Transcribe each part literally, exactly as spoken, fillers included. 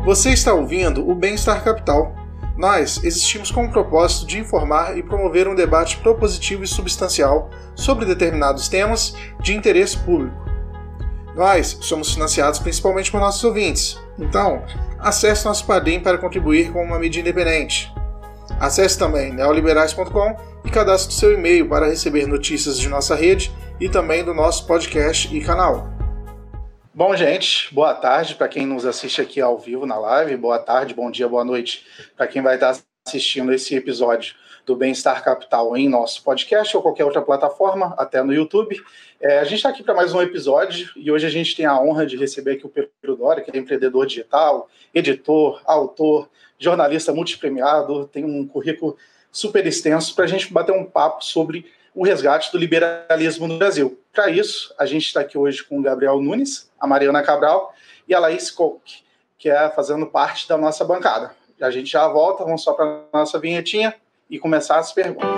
Você está ouvindo o Bem-Estar Capital. Nós existimos com o propósito de informar e promover um debate propositivo e substancial sobre determinados temas de interesse público. Nós somos financiados principalmente por nossos ouvintes, então acesse nosso Padrim para contribuir com uma mídia independente. Acesse também neoliberais ponto com e cadastre seu e-mail para receber notícias de nossa rede e também do nosso podcast e canal. Bom, gente, boa tarde para quem nos assiste aqui ao vivo na live, boa tarde, bom dia, boa noite para quem vai estar assistindo esse episódio do Bem-Estar Capital em nosso podcast ou qualquer outra plataforma, até no YouTube. É, a gente está aqui para mais um episódio e hoje a gente tem a honra de receber aqui o Pedro Doria, que é empreendedor digital, editor, autor, jornalista multipremiado, tem um currículo super extenso para a gente bater um papo sobre o resgate do liberalismo no Brasil. Para isso, a gente está aqui hoje com o Gabriel Nunes, a Mariana Cabral e a Laís Koch, que é fazendo parte da nossa bancada. A gente já volta, vamos só para a nossa vinhetinha e começar as perguntas.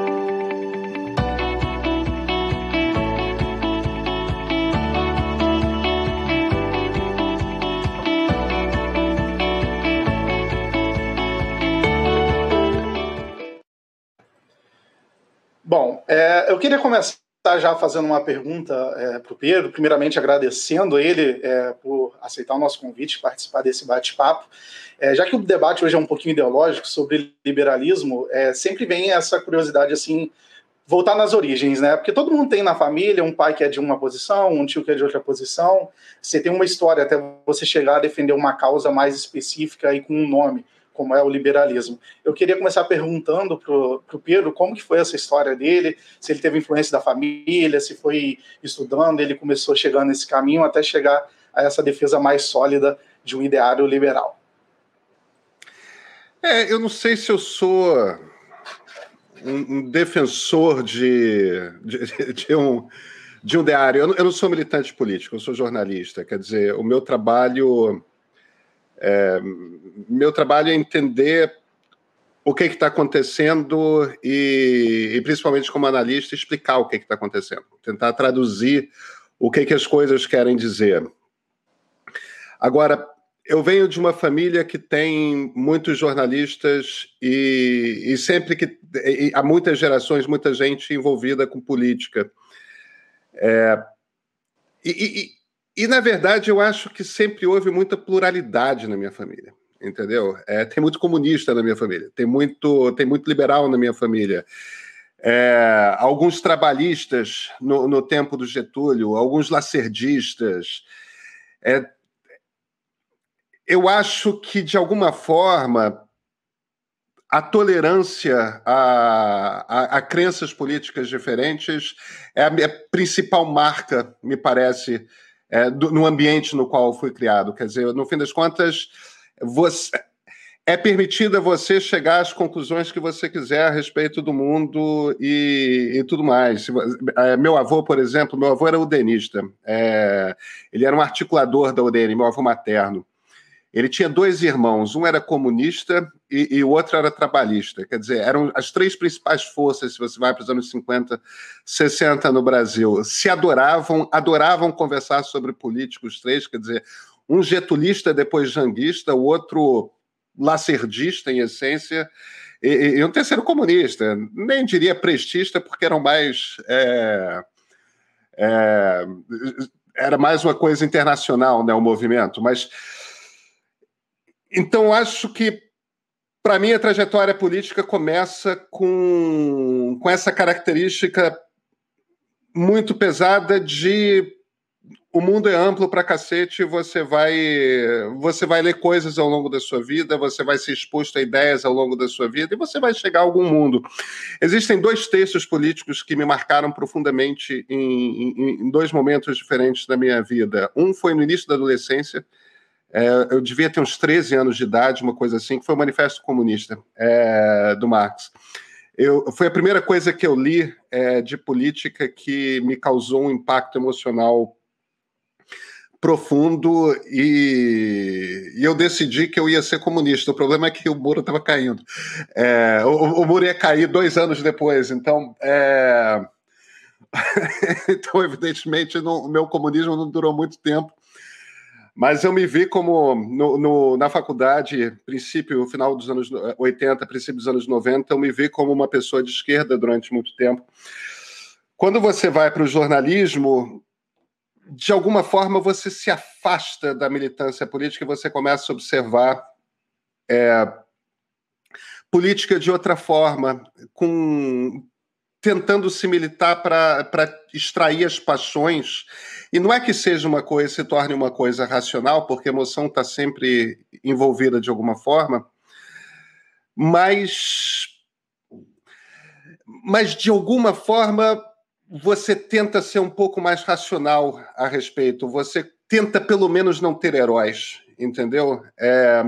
Bom, é, eu queria começar já fazendo uma pergunta é, para o Pedro, primeiramente agradecendo ele é, por aceitar o nosso convite, participar desse bate-papo. É, já que o debate hoje é um pouquinho ideológico sobre liberalismo, é, sempre vem essa curiosidade, assim, voltar nas origens, né? Porque todo mundo tem na família um pai que é de uma posição, um tio que é de outra posição, você tem uma história até você chegar a defender uma causa mais específica e com um nome, como é o liberalismo. Eu queria começar perguntando para o Pedro como que foi essa história dele, se ele teve influência da família, se foi estudando, ele começou chegando nesse caminho até chegar a essa defesa mais sólida de um ideário liberal. É, eu não sei se eu sou um, um defensor de, de, de, um, de um ideário. Eu não, eu não sou militante político, eu sou jornalista. Quer dizer, o meu trabalho... É, meu trabalho é entender o que está acontecendo e, e, principalmente como analista, explicar o que está acontecendo. Tentar traduzir o que, que as coisas querem dizer. Agora, eu venho de uma família que tem muitos jornalistas e, e sempre que... E há muitas gerações, muita gente envolvida com política. É, e... e E, na verdade, eu acho que sempre houve muita pluralidade na minha família, entendeu? É, tem muito comunista na minha família, tem muito, tem muito liberal na minha família. É, alguns trabalhistas no, no tempo do Getúlio, alguns lacerdistas. É, eu acho que, de alguma forma, a tolerância a, a, a crenças políticas diferentes é a minha principal marca, me parece, É, do, no ambiente no qual fui criado. Quer dizer, no fim das contas, você, é permitido a você chegar às conclusões que você quiser a respeito do mundo e, e tudo mais. É, meu avô, por exemplo, meu avô era udenista. É, ele era um articulador da U D N, meu avô materno. Ele tinha dois irmãos, um era comunista e, e o outro era trabalhista. Quer dizer, eram as três principais forças, se você vai para os anos cinquenta, sessenta no Brasil. Se adoravam, adoravam conversar sobre política, os três, quer dizer, um getulista, depois janguista, o outro lacerdista, em essência, e, e um terceiro comunista. Nem diria prestista, porque eram mais... É, é, era mais uma coisa internacional, né, o movimento, mas... Então, acho que, para mim, a trajetória política começa com, com essa característica muito pesada de o mundo é amplo pra cacete, você vai, você vai ler coisas ao longo da sua vida, você vai ser exposto a ideias ao longo da sua vida e você vai chegar a algum mundo. Existem dois textos políticos que me marcaram profundamente em, em, em dois momentos diferentes da minha vida. Um foi no início da adolescência. É, eu devia ter uns treze anos de idade, uma coisa assim, que foi o Manifesto Comunista, é, do Marx. Eu, foi a primeira coisa que eu li é, de política que me causou um impacto emocional profundo e, e eu decidi que eu ia ser comunista. O problema é que o muro estava caindo. É, o, o muro ia cair dois anos depois, então... É... então, evidentemente, o meu comunismo não durou muito tempo. Mas eu me vi como, no, no, na faculdade, princípio, final dos anos oitenta, princípio dos anos noventa, eu me vi como uma pessoa de esquerda durante muito tempo. Quando você vai para o jornalismo, de alguma forma você se afasta da militância política e você começa a observar é, política de outra forma, com... tentando se militar para extrair as paixões. E não é que seja uma coisa, se torne uma coisa racional, porque a emoção está sempre envolvida de alguma forma, mas, mas de alguma forma você tenta ser um pouco mais racional a respeito, você tenta pelo menos não ter heróis, entendeu? É,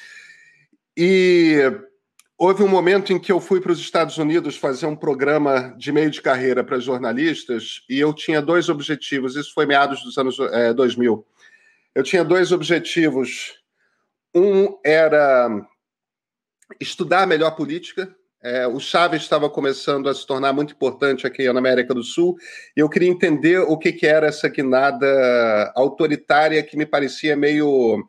e... Houve um momento em que eu fui para os Estados Unidos fazer um programa de meio de carreira para jornalistas e eu tinha dois objetivos, isso foi meados dos anos é, dois mil. Eu tinha dois objetivos. Um era estudar melhor política. É, o Chávez estava começando a se tornar muito importante aqui na América do Sul e eu queria entender o que, que era essa guinada autoritária que me parecia meio...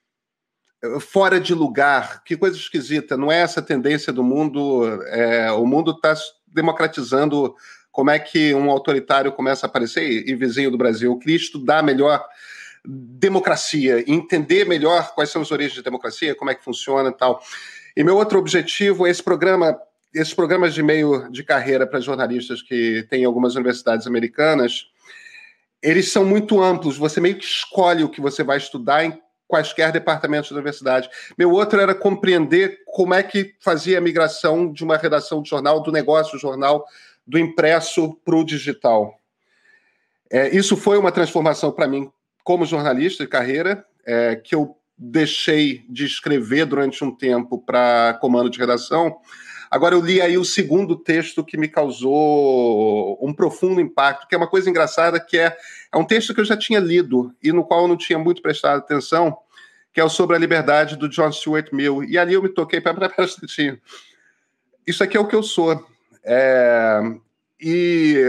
fora de lugar, que coisa esquisita, não é essa tendência do mundo, é, o mundo está democratizando, como é que um autoritário começa a aparecer, e, e vizinho do Brasil, eu queria estudar melhor democracia, entender melhor quais são as origens da democracia, como é que funciona e tal. E meu outro objetivo é esse programa, esses programas de meio de carreira para jornalistas que tem em algumas universidades americanas, eles são muito amplos, você meio que escolhe o que você vai estudar em quaisquer departamentos da universidade. Meu outro era compreender como é que fazia a migração de uma redação de jornal, do negócio do jornal, do impresso para o digital. É, isso foi uma transformação para mim como jornalista de carreira, é, que eu deixei de escrever durante um tempo para comando de redação. Agora eu li aí o segundo texto que me causou um profundo impacto, que é uma coisa engraçada, que é, é um texto que eu já tinha lido e no qual eu não tinha muito prestado atenção, que é o Sobre a Liberdade, do John Stuart Mill. E ali eu me toquei, para para um isso aqui é o que eu sou. É, e,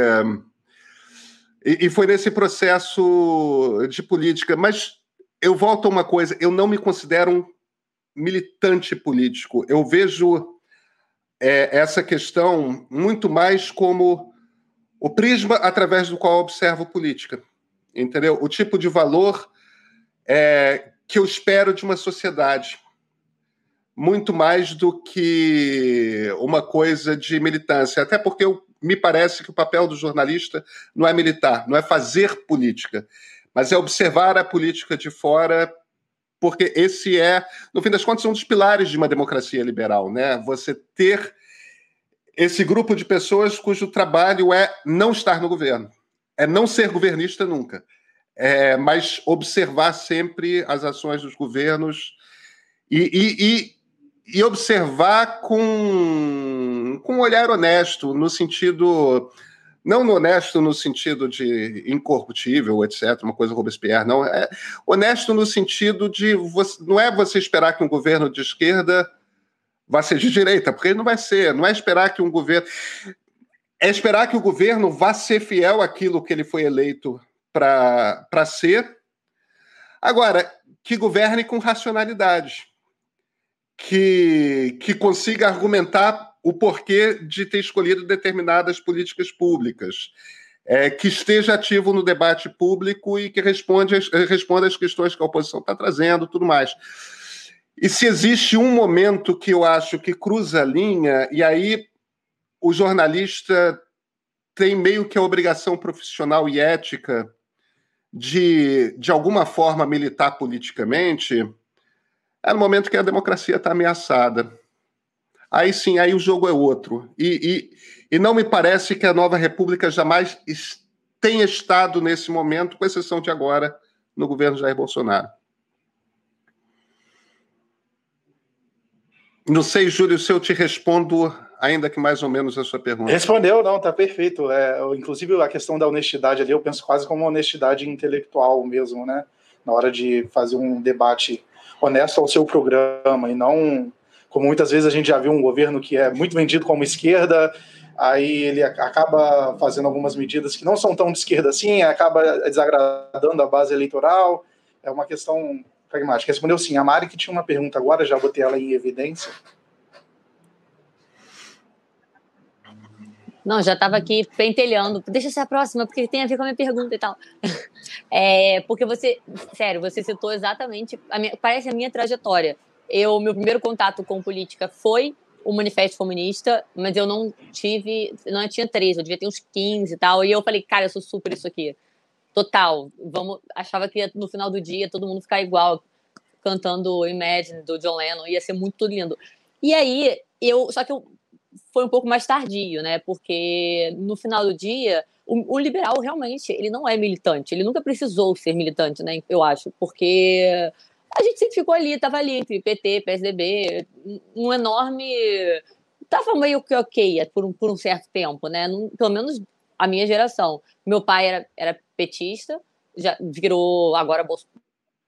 e, e foi nesse processo de política. Mas eu volto a uma coisa, eu não me considero um militante político. Eu vejo... É, essa questão muito mais como o prisma através do qual eu observo política, entendeu? O tipo de valor é, que eu espero de uma sociedade, muito mais do que uma coisa de militância, até porque eu, me parece que o papel do jornalista não é militar, não é fazer política, mas é observar a política de fora, porque esse é, no fim das contas, um dos pilares de uma democracia liberal, né? Você ter esse grupo de pessoas cujo trabalho é não estar no governo, é não ser governista nunca, é, mas observar sempre as ações dos governos e, e, e, e observar com, com um olhar honesto, no sentido... Não honesto no sentido de incorruptível, etcétera, uma coisa Robespierre, não. É honesto no sentido de... Você, não é você esperar que um governo de esquerda vá ser de direita, porque ele não vai ser. Não é esperar que um governo... É esperar que o governo vá ser fiel àquilo que ele foi eleito para ser. Agora, que governe com racionalidade. Que, que consiga argumentar o porquê de ter escolhido determinadas políticas públicas, é, que esteja ativo no debate público e que responde, responda às questões que a oposição está trazendo, tudo mais. E se existe um momento que eu acho que cruza a linha, e aí o jornalista tem meio que a obrigação profissional e ética de, de alguma forma, militar politicamente, é no momento que a democracia está ameaçada. Aí sim, aí o jogo é outro. E, e, e não me parece que a Nova República jamais tenha estado nesse momento, com exceção de agora, no governo Jair Bolsonaro. Não sei, Júlio, se eu te respondo, ainda que mais ou menos a sua pergunta. Respondeu, não, tá perfeito. É, inclusive, a questão da honestidade ali, eu penso quase como uma honestidade intelectual mesmo, né? Na hora de fazer um debate honesto ao seu programa, e não... Como muitas vezes a gente já viu um governo que é muito vendido como esquerda, aí ele acaba fazendo algumas medidas que não são tão de esquerda assim, acaba desagradando a base eleitoral, é uma questão pragmática. Respondeu sim. A Mari, que tinha uma pergunta agora, já botei ela em evidência. Não, já estava aqui pentelhando. Deixa eu ser a próxima, porque tem a ver com a minha pergunta e tal. É, porque você, sério, você citou exatamente, a minha, parece a minha trajetória. Eu, meu primeiro contato com política foi o Manifesto Comunista, mas eu não tive, não eu tinha treze, eu devia ter uns quinze e tal, e eu falei, cara, eu sou super isso aqui. Total. Vamos, achava que no final do dia todo mundo ficar igual, cantando Imagine, do John Lennon, ia ser muito lindo. E aí, eu, só que eu foi um pouco mais tardio, né? Porque no final do dia, o, o liberal realmente ele não é militante, ele nunca precisou ser militante, né? Eu acho, porque a gente sempre ficou ali, estava ali entre P T, P S D B, um enorme, tava meio que ok por um, por um certo tempo, né? Não, pelo menos a minha geração. Meu pai era, era petista, já virou agora Bolsonaro.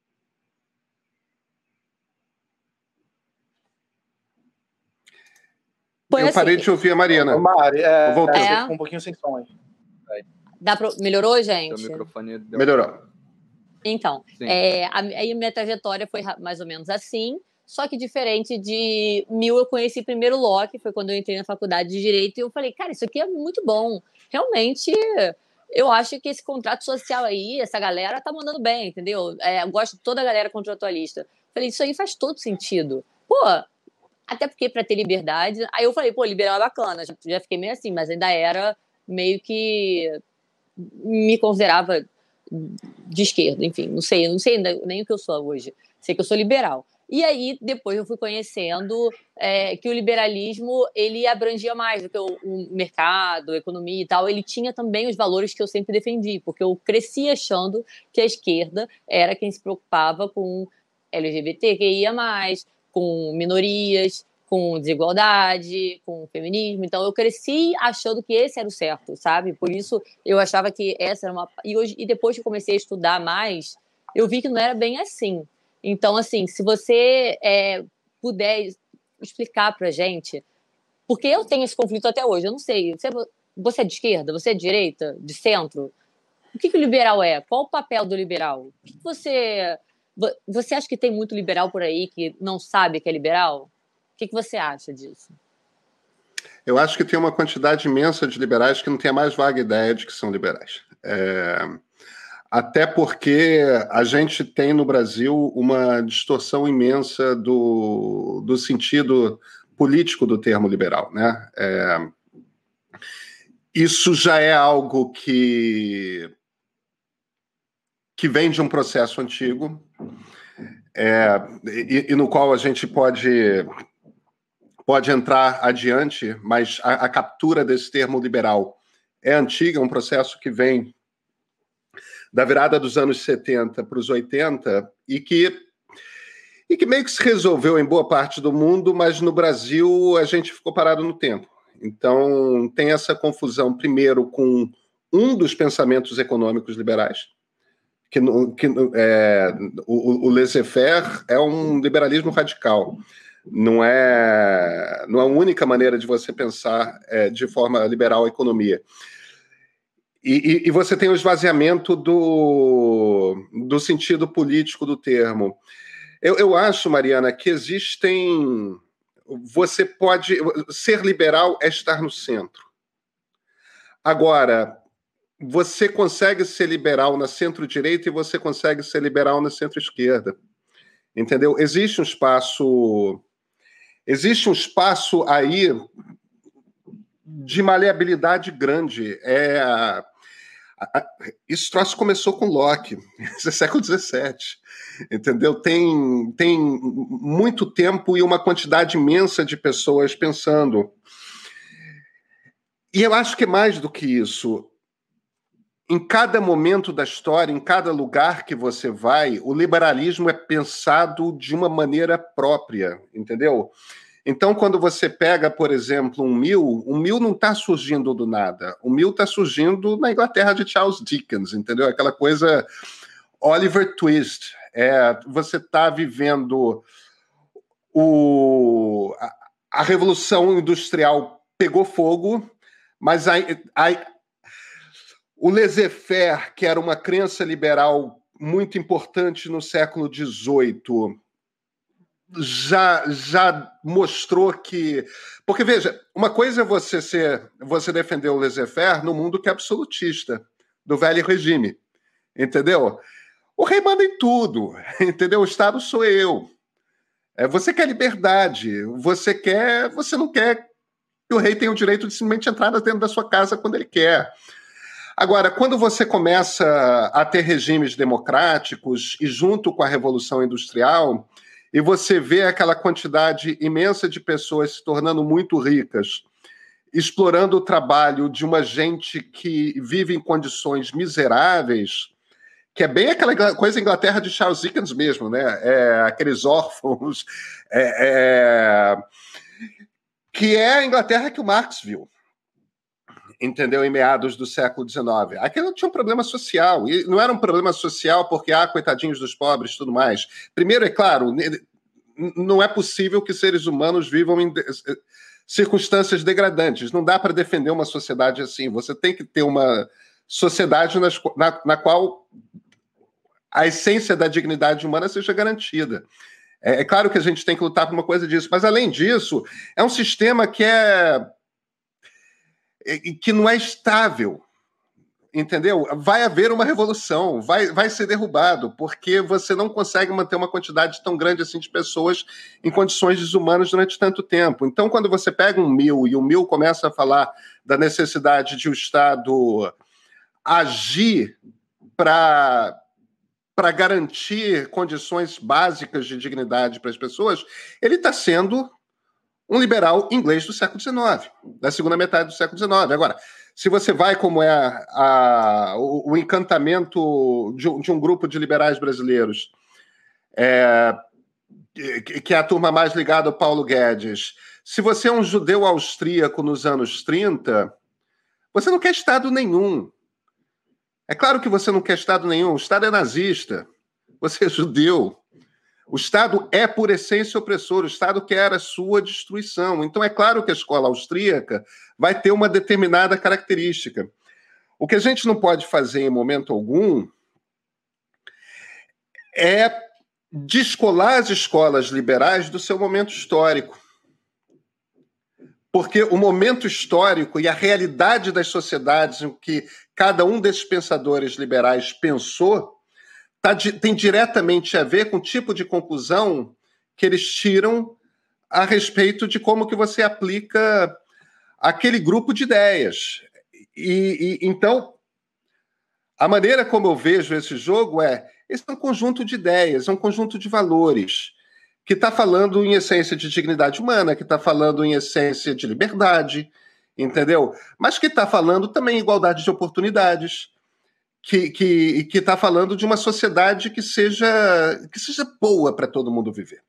Foi eu assim, parei de ouvir a Mariana. Mari, é, voltou. É. Ficou um pouquinho sem som aí. Dá pro... Melhorou, gente? O microfone deu... Melhorou. Então, é, a, aí a minha trajetória foi mais ou menos assim, só que diferente de mil, eu conheci primeiro o Locke, foi quando eu entrei na faculdade de Direito, e eu falei, cara, isso aqui é muito bom. Realmente, eu acho que esse contrato social aí, essa galera tá mandando bem, entendeu? É, eu gosto de toda a galera contratualista. Falei, isso aí faz todo sentido. Pô, até porque para ter liberdade... Aí eu falei, pô, liberal é bacana. Já, já fiquei meio assim, mas ainda era meio que... Me considerava de esquerda, enfim. Não sei, não sei ainda nem o que eu sou hoje. Sei que eu sou liberal. E aí, depois eu fui conhecendo é, que o liberalismo, ele abrangia mais do que o, o mercado, a economia e tal. Ele tinha também os valores que eu sempre defendi, porque eu cresci achando que a esquerda era quem se preocupava com L G B T Q I A mais, com minorias, com desigualdade, com feminismo. Então, eu cresci achando que esse era o certo, sabe? Por isso, eu achava que essa era uma... E, hoje, e depois que eu comecei a estudar mais, eu vi que não era bem assim. Então, assim, se você é, puder explicar pra gente... Porque eu tenho esse conflito até hoje, eu não sei. Você, você é de esquerda? Você é de direita? De centro? O que, que o liberal é? Qual o papel do liberal? O que, que você... Você acha que tem muito liberal por aí que não sabe que é liberal? O que, que você acha disso? Eu acho que tem uma quantidade imensa de liberais que não tem a mais vaga ideia de que são liberais. É... Até porque a gente tem no Brasil uma distorção imensa do, do sentido político do termo liberal, né? É... Isso já é algo que... que vem de um processo antigo, é, e, e no qual a gente pode, pode entrar adiante, mas a, a captura desse termo liberal é antiga, é um processo que vem da virada dos anos setenta para os oitenta e que, e que meio que se resolveu em boa parte do mundo, mas no Brasil a gente ficou parado no tempo. Então tem essa confusão, primeiro, com um dos pensamentos econômicos liberais, que, que é, o, o laissez-faire é um liberalismo radical. Não é, não é a única maneira de você pensar é, de forma liberal a economia. E, e, e você tem o esvaziamento do, do sentido político do termo. Eu, eu acho, Mariana, que existem... Você pode... Ser liberal é estar no centro. Agora... Você consegue ser liberal na centro-direita e você consegue ser liberal na centro-esquerda. Entendeu? Existe um espaço... Existe um espaço aí de maleabilidade grande. É, a, a, esse troço começou com Locke, esse é século dezessete. Entendeu? Tem, tem muito tempo e uma quantidade imensa de pessoas pensando. E eu acho que é mais do que isso. Em cada momento da história, em cada lugar que você vai, o liberalismo é pensado de uma maneira própria, entendeu? Então, quando você pega, por exemplo, um Mill, o Mill não está surgindo do nada. O Mill está surgindo na Inglaterra de Charles Dickens, entendeu? Aquela coisa Oliver Twist. É, você está vivendo o, a, a Revolução Industrial pegou fogo, mas a, a, o laissez-faire, que era uma crença liberal muito importante no século dezoito já, já mostrou que... Porque, veja, uma coisa é você, ser, você defender o laissez-faire no mundo que é absolutista, do velho regime, entendeu? O rei manda em tudo, entendeu? O Estado sou eu. É, você quer liberdade, você quer, você não quer que o rei tenha o direito de simplesmente entrar dentro da sua casa quando ele quer. Agora, quando você começa a ter regimes democráticos e junto com a Revolução Industrial, e você vê aquela quantidade imensa de pessoas se tornando muito ricas, explorando o trabalho de uma gente que vive em condições miseráveis, que é bem aquela coisa Inglaterra de Charles Dickens mesmo, né? É, aqueles órfãos, é, é, que é a Inglaterra que o Marx viu, entendeu? Em meados do século dezenove. Aquilo tinha um problema social, e não era um problema social porque, ah, coitadinhos dos pobres, tudo mais. Primeiro, é claro, não é possível que seres humanos vivam em circunstâncias degradantes. Não dá para defender uma sociedade assim. Você tem que ter uma sociedade nas, na, na qual a essência da dignidade humana seja garantida. É, é claro que a gente tem que lutar por uma coisa disso, mas, além disso, é um sistema que é que não é estável, entendeu? Vai haver uma revolução, vai, vai ser derrubado, porque você não consegue manter uma quantidade tão grande assim de pessoas em condições desumanas durante tanto tempo. Então, quando você pega um Mill e o Mill começa a falar da necessidade de o Estado agir para para garantir condições básicas de dignidade para as pessoas, ele está sendo um liberal inglês do século dezenove, da segunda metade do século dezenove. Agora, se você vai como é a, a, o, o encantamento de, de um grupo de liberais brasileiros, é, que, que é a turma mais ligada ao Paulo Guedes, se você é um judeu austríaco nos anos trinta, você não quer Estado nenhum. É claro que você não quer Estado nenhum. O Estado é nazista. Você é judeu. O Estado é, por essência, opressor. O Estado quer a sua destruição. Então, é claro que a escola austríaca vai ter uma determinada característica. O que a gente não pode fazer em momento algum é descolar as escolas liberais do seu momento histórico. Porque o momento histórico e a realidade das sociedades em que cada um desses pensadores liberais pensou Tá, tem diretamente a ver com o tipo de conclusão que eles tiram a respeito de como que você aplica aquele grupo de ideias. E, e então, a maneira como eu vejo esse jogo é, esse é um conjunto de ideias, é um conjunto de valores, que está falando em essência de dignidade humana, que está falando em essência de liberdade, entendeu? Mas que está falando também em igualdade de oportunidades, que que que está falando de uma sociedade que seja que seja boa para todo mundo viver.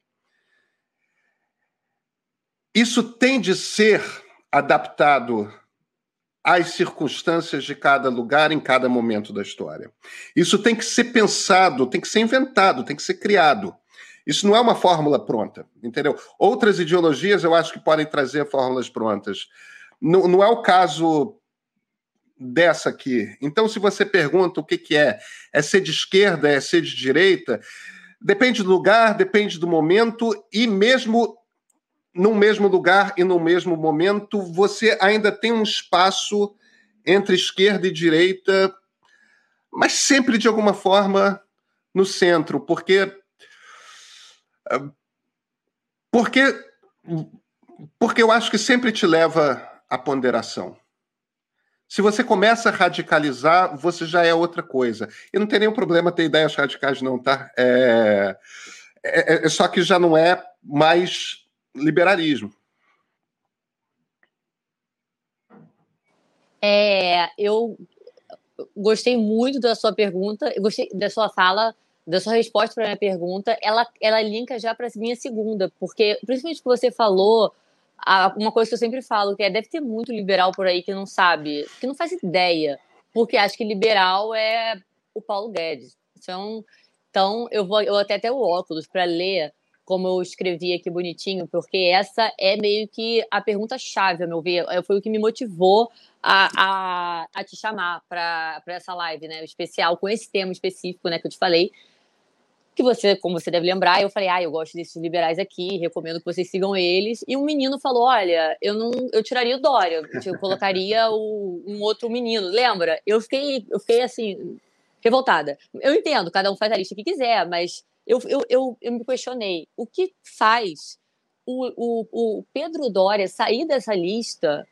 Isso tem de ser adaptado às circunstâncias de cada lugar em cada momento da história. Isso tem que ser pensado, tem que ser inventado, tem que ser criado. Isso não é uma fórmula pronta, entendeu? Outras ideologias eu acho que podem trazer fórmulas prontas. Não, não é o caso dessa aqui. Então, se você pergunta o que, que é, é ser de esquerda, é ser de direita, depende do lugar, depende do momento, e mesmo no mesmo lugar e no mesmo momento, você ainda tem um espaço entre esquerda e direita, mas sempre, de alguma forma, no centro, porque porque porque eu acho que sempre te lva à ponderação. Se você começa a radicalizar, você já é outra coisa. E não tem nenhum problema ter ideias radicais, não, tá? É, é, é só que já não é mais liberalismo. É, eu gostei muito da sua pergunta, eu gostei da sua fala, da sua resposta para a minha pergunta. Ela, ela linka já para a minha segunda, porque, principalmente o que você falou, uma coisa que eu sempre falo, que é, deve ter muito liberal por aí que não sabe, que não faz ideia, porque acha que liberal é o Paulo Guedes. Então, então eu vou eu até ter o óculos para ler como eu escrevi aqui bonitinho, porque essa é meio que a pergunta-chave, a meu ver. Foi o que me motivou a, a, a te chamar para essa live, né? Especial, com esse tema específico, né, que eu te falei. Que você, como você deve lembrar, eu falei, ah, eu gosto desses liberais aqui, recomendo que vocês sigam eles. E um menino falou, olha, eu não, eu tiraria o Dória, eu colocaria o, um outro menino, lembra? Eu fiquei, eu fiquei assim, revoltada. Eu entendo, cada um faz a lista que quiser, mas eu, eu, eu, eu me questionei, o que faz o, o, o Pedro Dória sair dessa lista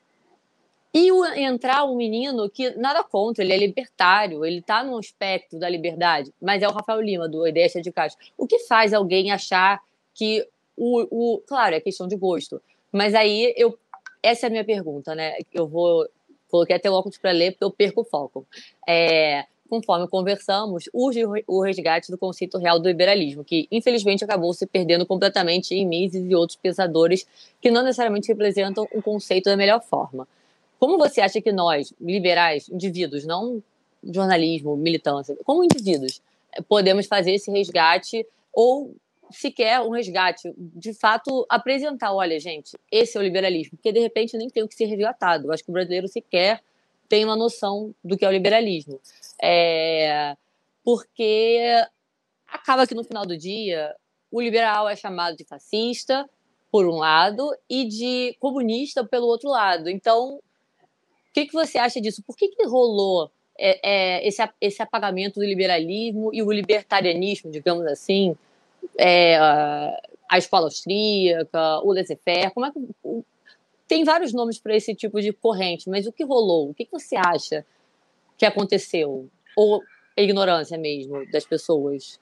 e o, entrar um menino que, nada contra, ele é libertário, ele está no aspecto da liberdade, mas é o Rafael Lima, do Ideias de Castro. O que faz alguém achar que o, o... Claro, é questão de gosto, mas aí eu... Essa é a minha pergunta, né? Eu vou... Coloquei até o óculos para ler, porque eu perco o foco. É... Conforme conversamos, urge o resgate do conceito real do liberalismo, que infelizmente acabou se perdendo completamente em Mises e outros pensadores que não necessariamente representam o conceito da melhor forma. Como você acha que nós, liberais, indivíduos, não jornalismo, militância, como indivíduos, podemos fazer esse resgate ou, sequer, um resgate, de fato, apresentar, olha, gente, esse é o liberalismo, porque, de repente, nem tem o que ser resgatado. Eu acho que o brasileiro sequer tem uma noção do que é o liberalismo. É... Porque acaba que, no final do dia, o liberal é chamado de fascista, por um lado, e de comunista, pelo outro lado. Então, o que, que você acha disso? Por que, que rolou é, é, esse, esse apagamento do liberalismo e o libertarianismo, digamos assim, é, a escola austríaca, o laissez-faire? Como é que, tem vários nomes para esse tipo de corrente, mas o que rolou? O que, que você acha que aconteceu? Ou é ignorância mesmo das pessoas?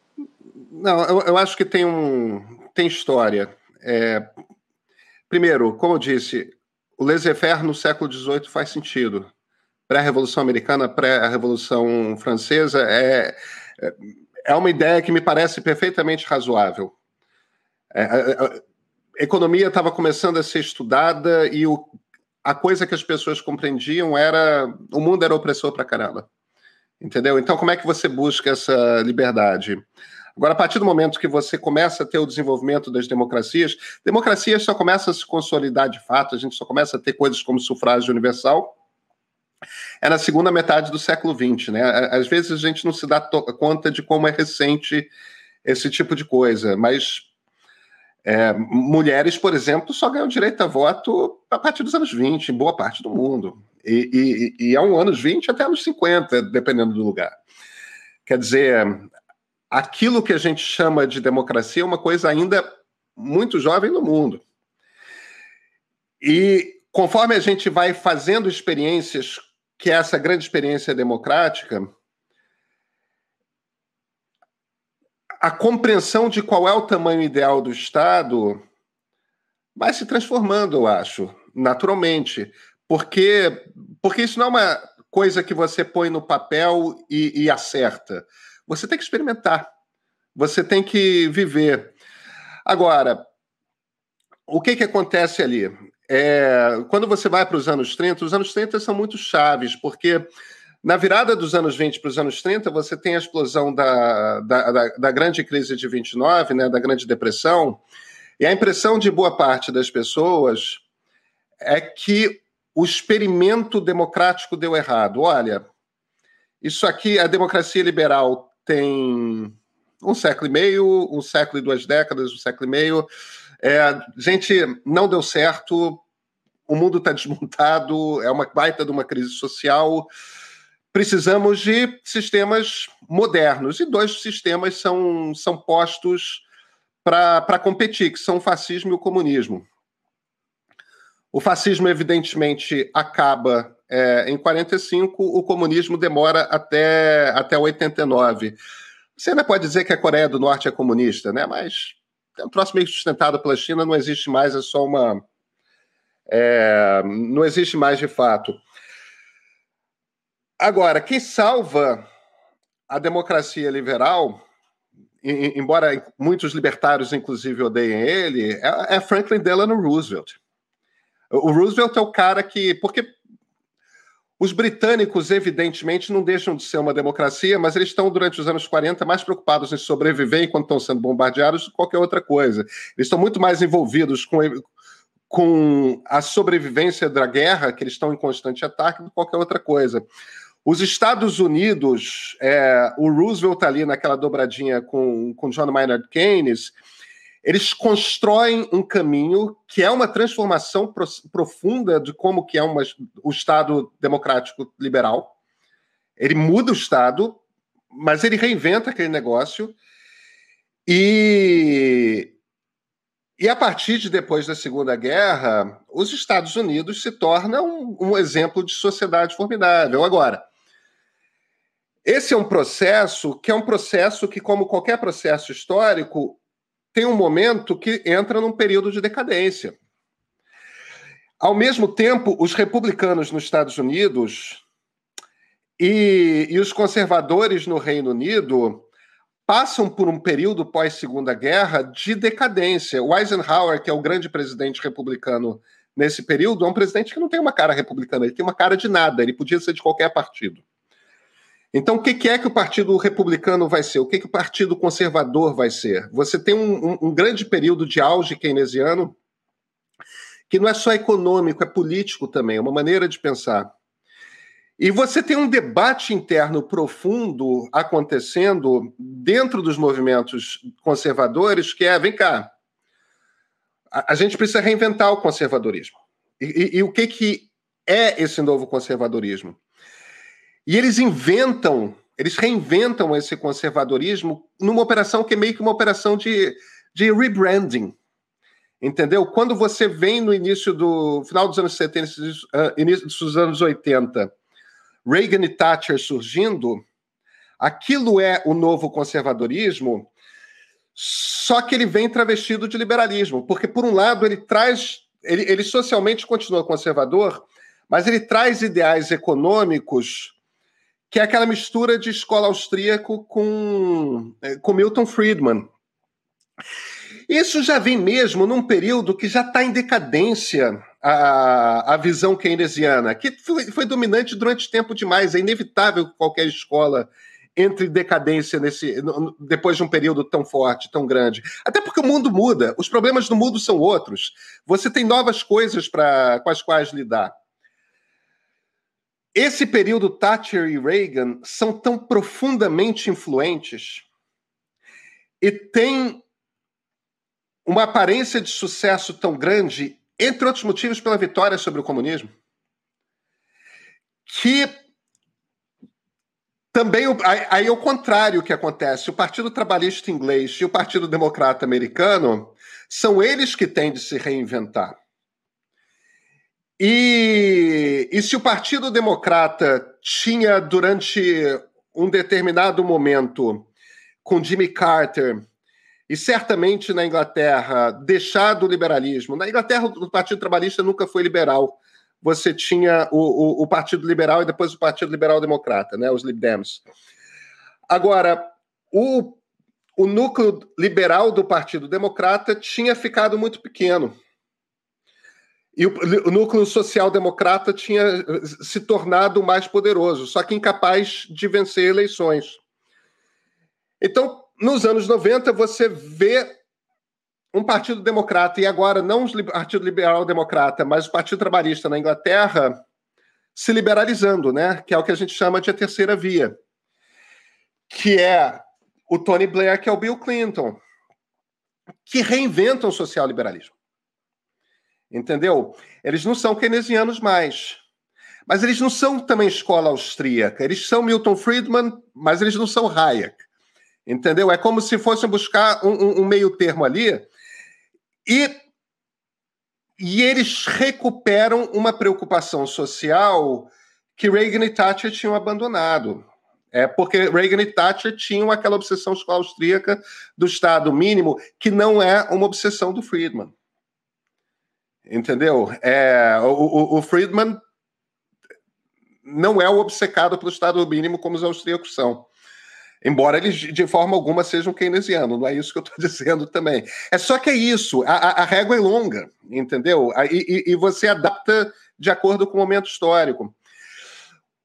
Não, eu, eu acho que tem, um, tem história. É, primeiro, como eu disse, o laissez-faire no século dezoito faz sentido. Pré-Revolução Americana, pré-Revolução Francesa, é, é uma ideia que me parece perfeitamente razoável. É, a, a economia estava começando a ser estudada e o, a coisa que as pessoas compreendiam era o mundo era opressor pra caramba. Entendeu? Então, como é que você busca essa liberdade? Agora, a partir do momento que você começa a ter o desenvolvimento das democracias, democracias só começam a se consolidar de fato, a gente só começa a ter coisas como sufrágio universal, é na segunda metade do século vinte, né? Às vezes a gente não se dá conta de como é recente esse tipo de coisa, mas é, mulheres, por exemplo, só ganham direito a voto a partir dos anos vinte, em boa parte do mundo. E, e, e é um anos vinte até anos cinquenta, dependendo do lugar. Quer dizer, aquilo que a gente chama de democracia é uma coisa ainda muito jovem no mundo. E conforme a gente vai fazendo experiências, que é essa grande experiência democrática, a compreensão de qual é o tamanho ideal do Estado vai se transformando, eu acho, naturalmente. Porque, porque isso não é uma coisa que você põe no papel e, e acerta. Você tem que experimentar. Você tem que viver. Agora, o que, que acontece ali? É, quando você vai para os anos trinta, os anos trinta são muito chaves, porque na virada dos anos vinte para os anos trinta, você tem a explosão da, da, da, da grande crise de vinte e nove, né, da Grande Depressão, e a impressão de boa parte das pessoas é que o experimento democrático deu errado. Olha, isso aqui, a democracia liberal tem um século e meio, um século e duas décadas, um século e meio. É, gente, não deu certo, o mundo está desmontado, é uma baita de uma crise social. Precisamos de sistemas modernos, e dois sistemas são, são postos para competir, que são o fascismo e o comunismo. O fascismo, evidentemente, acaba é, em quarenta e cinco, o comunismo demora até, até oitenta e nove. Você ainda pode dizer que a Coreia do Norte é comunista, né? Mas é um troço meio sustentado pela China, não existe mais, é só uma... É, não existe mais de fato. Agora, quem salva a democracia liberal, e, embora muitos libertários, inclusive, odeiem ele, é, é Franklin Delano Roosevelt. O Roosevelt é o cara que... Porque Os britânicos, evidentemente, não deixam de ser uma democracia, mas eles estão, durante os anos quarenta, mais preocupados em sobreviver enquanto estão sendo bombardeados do que qualquer outra coisa. Eles estão muito mais envolvidos com, com a sobrevivência da guerra, que eles estão em constante ataque, do que qualquer outra coisa. Os Estados Unidos, é, o Roosevelt está ali naquela dobradinha com, com John Maynard Keynes, eles constroem um caminho que é uma transformação pro, profunda de como que é uma, o Estado democrático liberal. Ele muda o Estado, mas ele reinventa aquele negócio e, e a partir de depois da Segunda Guerra, os Estados Unidos se tornam um, um exemplo de sociedade formidável. Agora, esse é um processo que é um processo que, como qualquer processo histórico, tem um momento que entra num período de decadência. Ao mesmo tempo, os republicanos nos Estados Unidos e, e os conservadores no Reino Unido passam por um período pós-Segunda Guerra de decadência. O Eisenhower, que é o grande presidente republicano nesse período, é um presidente que não tem uma cara republicana, ele tem uma cara de nada, ele podia ser de qualquer partido. Então, o que é que o Partido Republicano vai ser? O que, que o Partido Conservador vai ser? Você tem um, um, um grande período de auge keynesiano que não é só econômico, é político também, é uma maneira de pensar. E você tem um debate interno profundo acontecendo dentro dos movimentos conservadores, que é, vem cá, a, a gente precisa reinventar o conservadorismo. E, e, e o que, que é esse novo conservadorismo? E eles inventam, eles reinventam esse conservadorismo numa operação que é meio que uma operação de, de rebranding, entendeu? Quando você vem no início do final dos anos setenta, início dos anos oitenta, Reagan e Thatcher surgindo, aquilo é o novo conservadorismo, só que ele vem travestido de liberalismo, porque por um lado ele traz, ele, ele socialmente continua conservador, mas ele traz ideais econômicos que é aquela mistura de escola austríaco com, com Milton Friedman. Isso já vem mesmo num período que já está em decadência a, a visão keynesiana, que foi, foi dominante durante tempo demais. É inevitável que qualquer escola entre em decadência nesse, depois de um período tão forte, tão grande. Até porque o mundo muda, os problemas do mundo são outros. Você tem novas coisas pra, com as quais lidar. Esse período Thatcher e Reagan são tão profundamente influentes e têm uma aparência de sucesso tão grande, entre outros motivos, pela vitória sobre o comunismo, que também, aí é o contrário que acontece. O Partido Trabalhista inglês e o Partido Democrata americano são eles que têm de se reinventar. E, e se o Partido Democrata tinha, durante um determinado momento, com Jimmy Carter, e certamente na Inglaterra, deixado o liberalismo. Na Inglaterra, o Partido Trabalhista nunca foi liberal. Você tinha o, o, o Partido Liberal e depois o Partido Liberal Democrata, né, os Lib Dems. Agora, o, o núcleo liberal do Partido Democrata tinha ficado muito pequeno. E o, o núcleo social-democrata tinha se tornado mais poderoso, só que incapaz de vencer eleições. Então, nos anos noventa, você vê um Partido Democrata, e agora não o Partido Liberal Democrata, mas o Partido Trabalhista na Inglaterra, se liberalizando, né? Que é o que a gente chama de a terceira via, que é o Tony Blair, que é o Bill Clinton, que reinventam o social-liberalismo. Entendeu? Eles não são keynesianos mais. Mas eles não são também escola austríaca. Eles são Milton Friedman, mas eles não são Hayek. Entendeu? É como se fossem buscar um, um, um meio termo ali. E, e eles recuperam uma preocupação social que Reagan e Thatcher tinham abandonado. É porque Reagan e Thatcher tinham aquela obsessão escola austríaca do Estado mínimo, que não é uma obsessão do Friedman. Entendeu? É, o, o, o Friedman não é o obcecado pelo Estado mínimo como os austríacos são. Embora eles, de forma alguma, sejam keynesianos. Não é isso que eu estou dizendo também. É só que é isso. A, a, a régua é longa, entendeu? E, e, e você adapta de acordo com o momento histórico.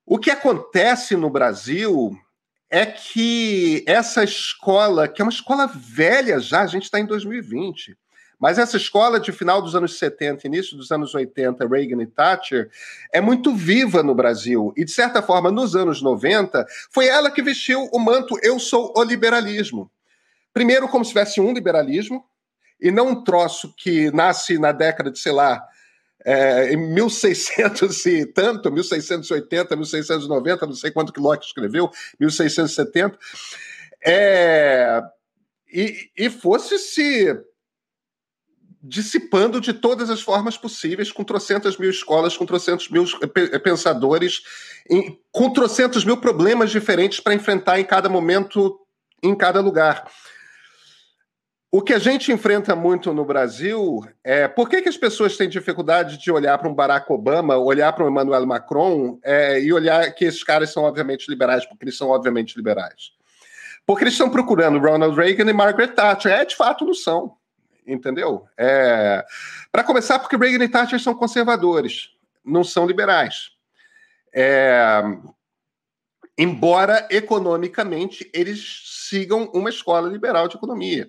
O que acontece no Brasil é que essa escola, que é uma escola velha já, a gente está em dois mil e vinte, mas essa escola de final dos anos setenta, início dos anos oitenta, Reagan e Thatcher, é muito viva no Brasil. E, de certa forma, nos anos noventa, foi ela que vestiu o manto "eu sou o liberalismo". Primeiro, como se tivesse um liberalismo, e não um troço que nasce na década de, sei lá, é, em mil e seiscentos e tanto, mil seiscentos e oitenta, mil seiscentos e noventa, não sei quanto que Locke escreveu, mil seiscentos e setenta, é, e, e fosse se dissipando de todas as formas possíveis, com trocentas mil escolas, com trocentos mil pensadores, em, com trocentos mil problemas diferentes para enfrentar em cada momento, em cada lugar. O que a gente enfrenta muito no Brasil é por que, que as pessoas têm dificuldade de olhar para um Barack Obama, olhar para um Emmanuel Macron é, e olhar que esses caras são obviamente liberais, porque eles são obviamente liberais. Porque eles estão procurando Ronald Reagan e Margaret Thatcher. É, de fato, não são. Entendeu? É... Para começar, porque Reagan e Thatcher são conservadores, não são liberais. É... Embora, economicamente, eles sigam uma escola liberal de economia.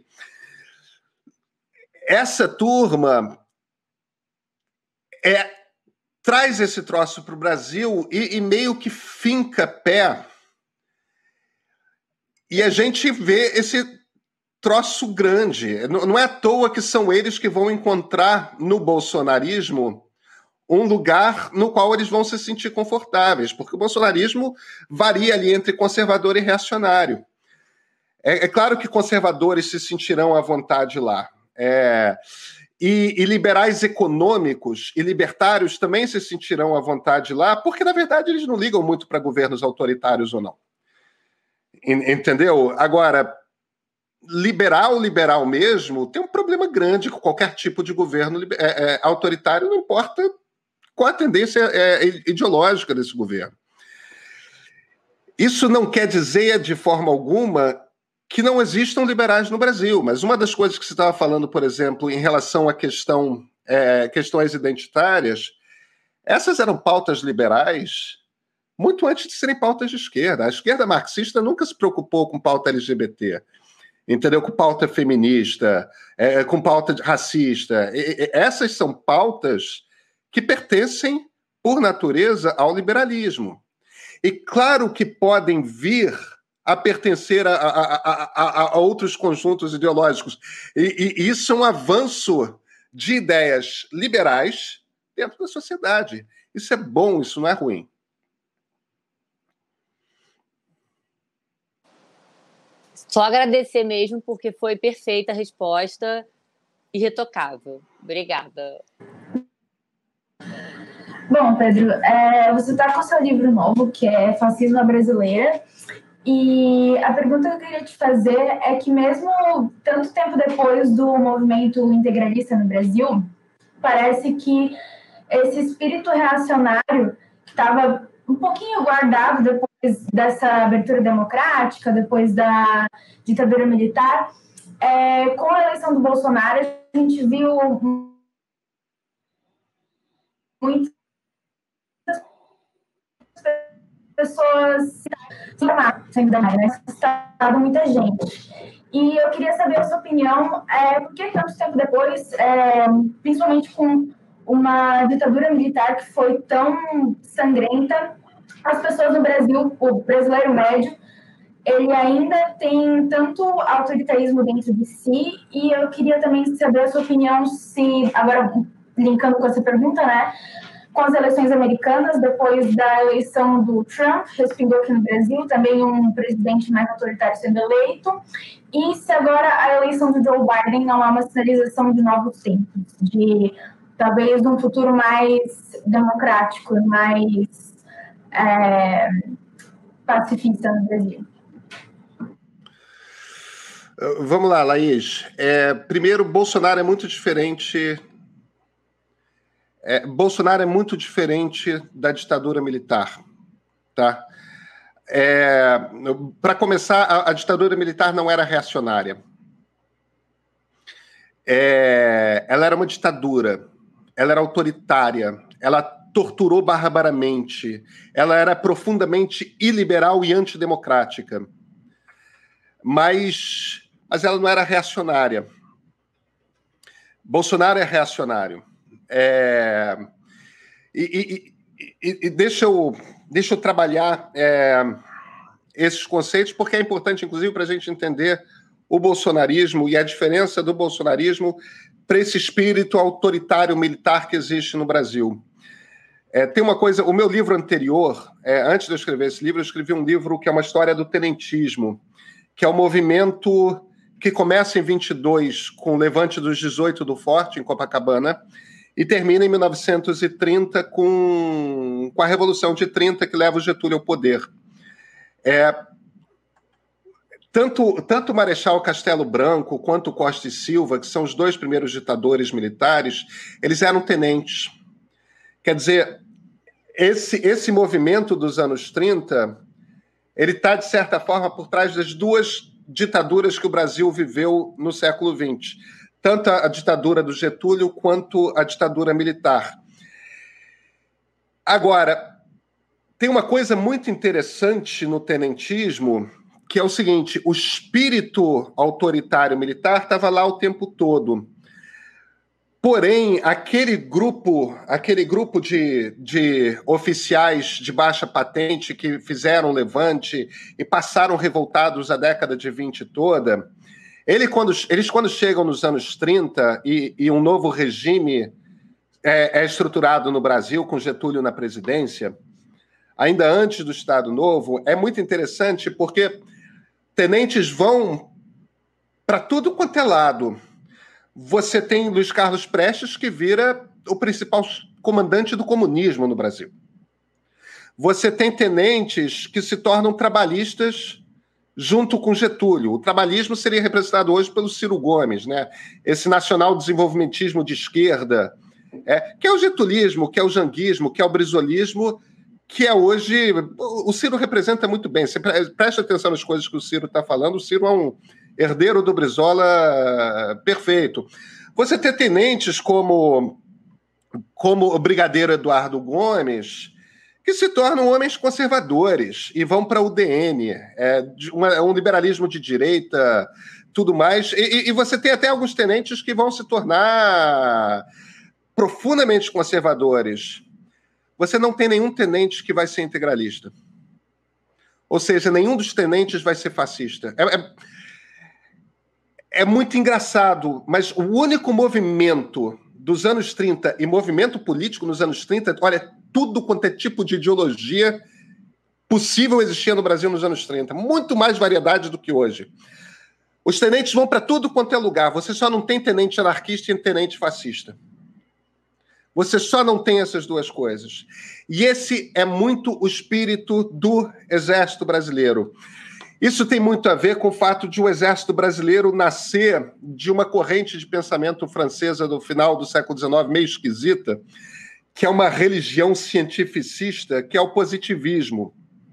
Essa turma é... traz esse troço para o Brasil e, e meio que finca pé. E a gente vê esse troço grande. Não é à toa que são eles que vão encontrar no bolsonarismo um lugar no qual eles vão se sentir confortáveis, porque o bolsonarismo varia ali entre conservador e reacionário. É, é claro que conservadores se sentirão à vontade lá. É, e, e liberais econômicos e libertários também se sentirão à vontade lá, porque, na verdade, eles não ligam muito para governos autoritários ou não. Entendeu? Agora, liberal, liberal mesmo, tem um problema grande com qualquer tipo de governo é, é, autoritário, não importa qual a tendência é, ideológica desse governo. Isso não quer dizer, de forma alguma, que não existam liberais no Brasil, mas uma das coisas que você estava falando, por exemplo, em relação à questão, é, questões identitárias, essas eram pautas liberais muito antes de serem pautas de esquerda. A esquerda marxista nunca se preocupou com pauta L G B T, entendeu? Com pauta feminista, é, com pauta racista. E, e, essas são pautas que pertencem, por natureza, ao liberalismo. E claro que podem vir a pertencer a, a, a, a, a outros conjuntos ideológicos. E, e isso é um avanço de ideias liberais dentro da sociedade. Isso é bom, isso não é ruim. Só agradecer mesmo, porque foi perfeita a resposta, irretocável. Obrigada. Bom, Pedro, é, você está com o seu livro novo, que é Fascismo à Brasileira, e a pergunta que eu queria te fazer é que mesmo tanto tempo depois do movimento integralista no Brasil, parece que esse espírito reacionário que estava um pouquinho guardado depois dessa abertura democrática, depois da ditadura militar, é, com a eleição do Bolsonaro, a gente viu muitas pessoas saindo da área, né? Estava muita gente. E eu queria saber a sua opinião, é, por que tanto tempo depois, é, principalmente com uma ditadura militar que foi tão sangrenta, as pessoas no Brasil, o brasileiro médio, ele ainda tem tanto autoritarismo dentro de si, e eu queria também saber a sua opinião, se, agora linkando com essa pergunta, né, com as eleições americanas, depois da eleição do Trump, respingou aqui no Brasil, também um presidente mais autoritário sendo eleito, e se agora a eleição do Joe Biden não é uma sinalização de novos tempos, de talvez um futuro mais democrático, mais é, pacifista no Brasil. Vamos lá, Laís. É, primeiro, Bolsonaro é muito diferente. É, Bolsonaro é muito diferente da ditadura militar, tá? É, para começar, a, a ditadura militar não era reacionária. É, ela era uma ditadura. Ela era autoritária. Ela torturou barbaramente. Ela era profundamente iliberal e antidemocrática. Mas, mas ela não era reacionária. Bolsonaro é reacionário. É, e, e, e, e deixa, eu, deixa eu trabalhar é, esses conceitos, porque é importante, inclusive, para a gente entender o bolsonarismo e a diferença do bolsonarismo para esse espírito autoritário militar que existe no Brasil. É, tem uma coisa, o meu livro anterior, é, antes de eu escrever esse livro, eu escrevi um livro que é uma história do tenentismo, que é o movimento que começa em vinte e dois com o levante dos dezoito do Forte, em Copacabana, e termina em mil novecentos e trinta com, com a Revolução de trinta, que leva o Getúlio ao poder. É, tanto, tanto o Marechal Castelo Branco quanto o Costa e Silva, que são os dois primeiros ditadores militares, eles eram tenentes. Quer dizer, esse, esse movimento dos anos trinta, ele está, de certa forma, por trás das duas ditaduras que o Brasil viveu no século vinte. Tanto a ditadura do Getúlio quanto a ditadura militar. Agora, tem uma coisa muito interessante no tenentismo, que é o seguinte: o espírito autoritário militar estava lá o tempo todo. Porém, aquele grupo, aquele grupo de, de oficiais de baixa patente que fizeram levante e passaram revoltados a década de vinte toda, ele, quando, eles, quando chegam nos anos trinta e, e um novo regime é, é estruturado no Brasil, com Getúlio na presidência, ainda antes do Estado Novo, é muito interessante porque tenentes vão para tudo quanto é lado. Você tem Luiz Carlos Prestes, que vira o principal comandante do comunismo no Brasil. Você tem tenentes que se tornam trabalhistas junto com Getúlio. O trabalhismo seria representado hoje pelo Ciro Gomes, né? Esse nacional-desenvolvimentismo de esquerda, é, que é o getulismo, que é o janguismo, que é o brizolismo, que é hoje... O Ciro representa muito bem. Você preste atenção nas coisas que o Ciro está falando. O Ciro é um herdeiro do Brizola perfeito. Você tem tenentes como, como o brigadeiro Eduardo Gomes, que se tornam homens conservadores e vão para o U D N, é, uma, um liberalismo de direita, tudo mais. E, e você tem até alguns tenentes que vão se tornar profundamente conservadores. Você não tem nenhum tenente que vai ser integralista. Ou seja, nenhum dos tenentes vai ser fascista. É, é, é muito engraçado, mas o único movimento dos anos trinta e movimento político nos anos trinta, olha, tudo quanto é tipo de ideologia possível existia no Brasil nos anos trinta. Muito mais variedade do que hoje. Os tenentes vão para tudo quanto é lugar. Você só não tem tenente anarquista e tenente fascista. Você só não tem essas duas coisas. E esse é muito o espírito do Exército Brasileiro. Isso tem muito a ver com o fato de o Exército Brasileiro nascer de uma corrente de pensamento francesa do final do século dezenove, meio esquisita, que é uma religião cientificista, que é o positivismo.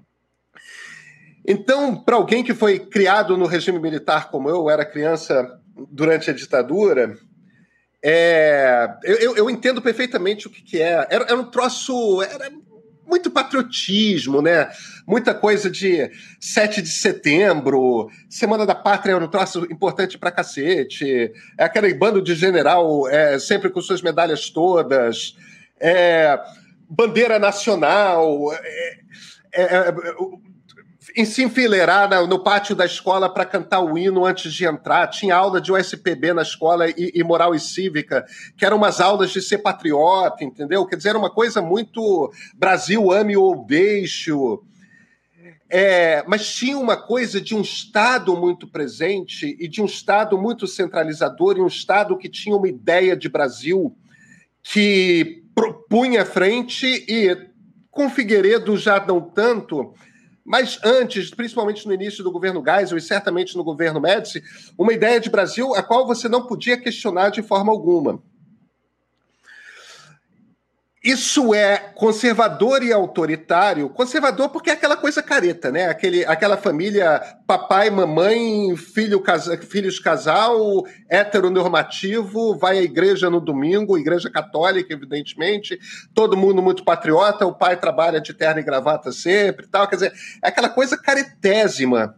Então, para alguém que foi criado no regime militar como eu, era criança durante a ditadura, é, eu, eu entendo perfeitamente o que, que é. Era, era um troço... Era muito patriotismo, né? Muita coisa de sete de setembro, Semana da Pátria era um troço importante pra cacete, é aquele bando de general é, sempre com suas medalhas todas, é, bandeira nacional, é, é, é, em se enfileirar no pátio da escola para cantar o hino antes de entrar. Tinha aula de U S P B na escola e, e moral e cívica, que eram umas aulas de ser patriota, entendeu? Quer dizer, era uma coisa muito Brasil ame ou deixe. É, mas tinha uma coisa de um Estado muito presente e de um Estado muito centralizador e um Estado que tinha uma ideia de Brasil que propunha à frente e, com Figueiredo já não tanto... Mas antes, principalmente no início do governo Geisel e certamente no governo Médici, uma ideia de Brasil a qual você não podia questionar de forma alguma. isso é conservador e autoritário. Conservador porque é aquela coisa careta, né? Aquele, aquela família papai, mamãe, filho, casa, filhos casal, heteronormativo, vai à igreja no domingo, igreja católica, evidentemente, todo mundo muito patriota, o pai trabalha de terno e gravata sempre e tal. Quer dizer, é aquela coisa caretésima.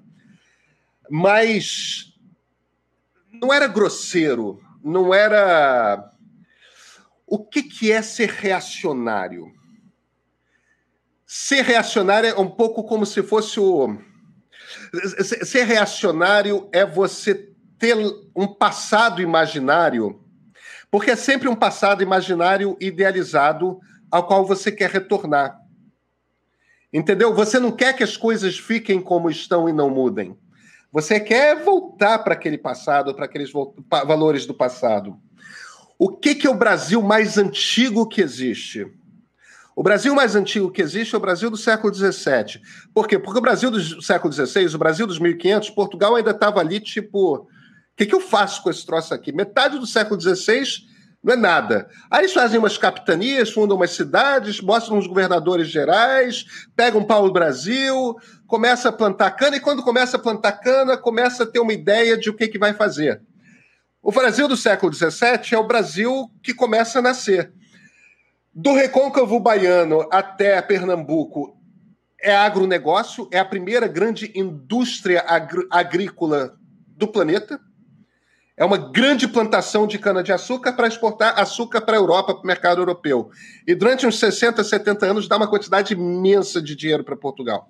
Mas não era grosseiro, não era... O que, que é ser reacionário? Ser reacionário é um pouco como se fosse o... Ser reacionário é você ter um passado imaginário, porque é sempre um passado imaginário idealizado ao qual você quer retornar. Entendeu? Você não quer que as coisas fiquem como estão e não mudem. Você quer voltar para aquele passado, para aqueles valores do passado. O que, que é o Brasil mais antigo que existe? O Brasil mais antigo que existe é o Brasil do século dezessete. Por quê? Porque o Brasil do século dezesseis, o Brasil dos mil e quinhentos, Portugal ainda estava ali, tipo... O que, que eu faço com esse troço aqui? Metade do século dezesseis não é nada. Aí eles fazem umas capitanias, fundam umas cidades, mostram uns governadores gerais, pegam um pau-brasil, começa a plantar cana, e quando começa a plantar cana, começa a ter uma ideia de o que, que vai fazer. O Brasil do século dezessete é o Brasil que começa a nascer. Do recôncavo baiano até Pernambuco é agronegócio, é a primeira grande indústria agr- agrícola do planeta. É uma grande plantação de cana-de-açúcar para exportar açúcar para a Europa, para o mercado europeu. E durante uns sessenta, setenta anos dá uma quantidade imensa de dinheiro para Portugal.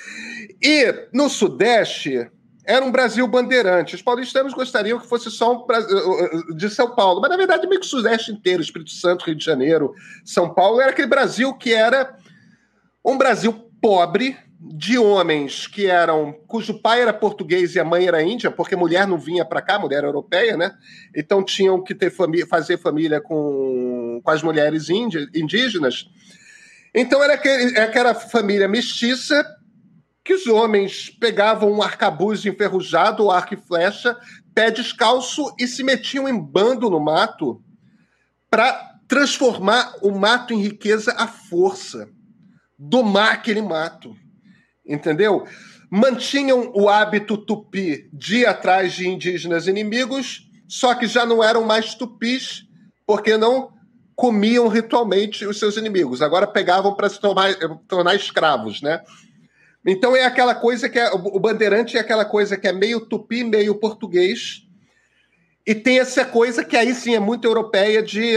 E no Sudeste... era um Brasil bandeirante. Os paulistanos gostariam que fosse só um de São Paulo, mas na verdade meio que o Sudeste inteiro, Espírito Santo, Rio de Janeiro, São Paulo, era aquele Brasil que era um Brasil pobre, de homens que eram, cujo pai era português e a mãe era índia, porque mulher não vinha para cá, mulher europeia, né? Então tinham que ter família, fazer família com, com as mulheres índia, indígenas. Então era aquele, aquela família mestiça, que os homens pegavam um arcabuz enferrujado, arco e flecha, pé descalço e se metiam em bando no mato para transformar o mato em riqueza à força, domar aquele mato, entendeu? Mantinham o hábito tupi de ir atrás de indígenas inimigos, só que já não eram mais tupis, porque não comiam ritualmente os seus inimigos. Agora pegavam para se tornar, tornar escravos, né? Então é aquela coisa que é, o bandeirante é aquela coisa que é meio tupi, meio português, e tem essa coisa que aí sim é muito europeia de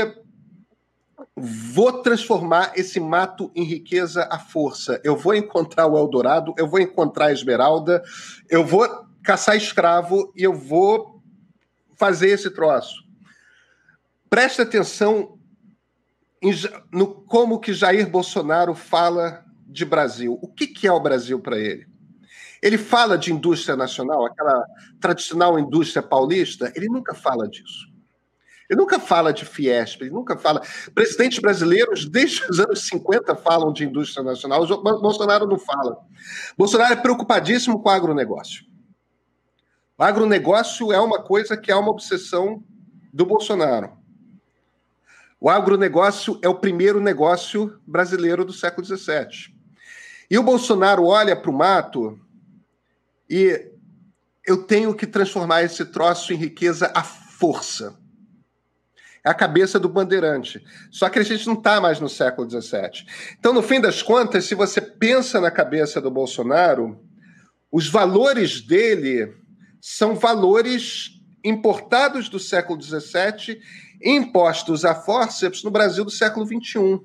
vou transformar esse mato em riqueza à força. Eu vou encontrar o Eldorado, eu vou encontrar a Esmeralda, eu vou caçar escravo e eu vou fazer esse troço. Presta atenção em, no como que Jair Bolsonaro fala de Brasil. O que, que é o Brasil para ele? Ele fala de indústria nacional, aquela tradicional indústria paulista, ele nunca fala disso. Ele nunca fala de Fiesp, ele nunca fala... Presidentes brasileiros, desde os anos cinquenta, falam de indústria nacional, o Bolsonaro não fala. Bolsonaro é preocupadíssimo com o agronegócio. O agronegócio é uma coisa que é uma obsessão do Bolsonaro. O agronegócio é o primeiro negócio brasileiro do século dezessete. E o Bolsonaro olha para o mato e eu tenho que transformar esse troço em riqueza à força. É a cabeça do bandeirante. Só que a gente não está mais no século dezessete. Então, no fim das contas, se você pensa na cabeça do Bolsonaro, os valores dele são valores importados do século dezessete e impostos a forceps no Brasil do século vinte e um.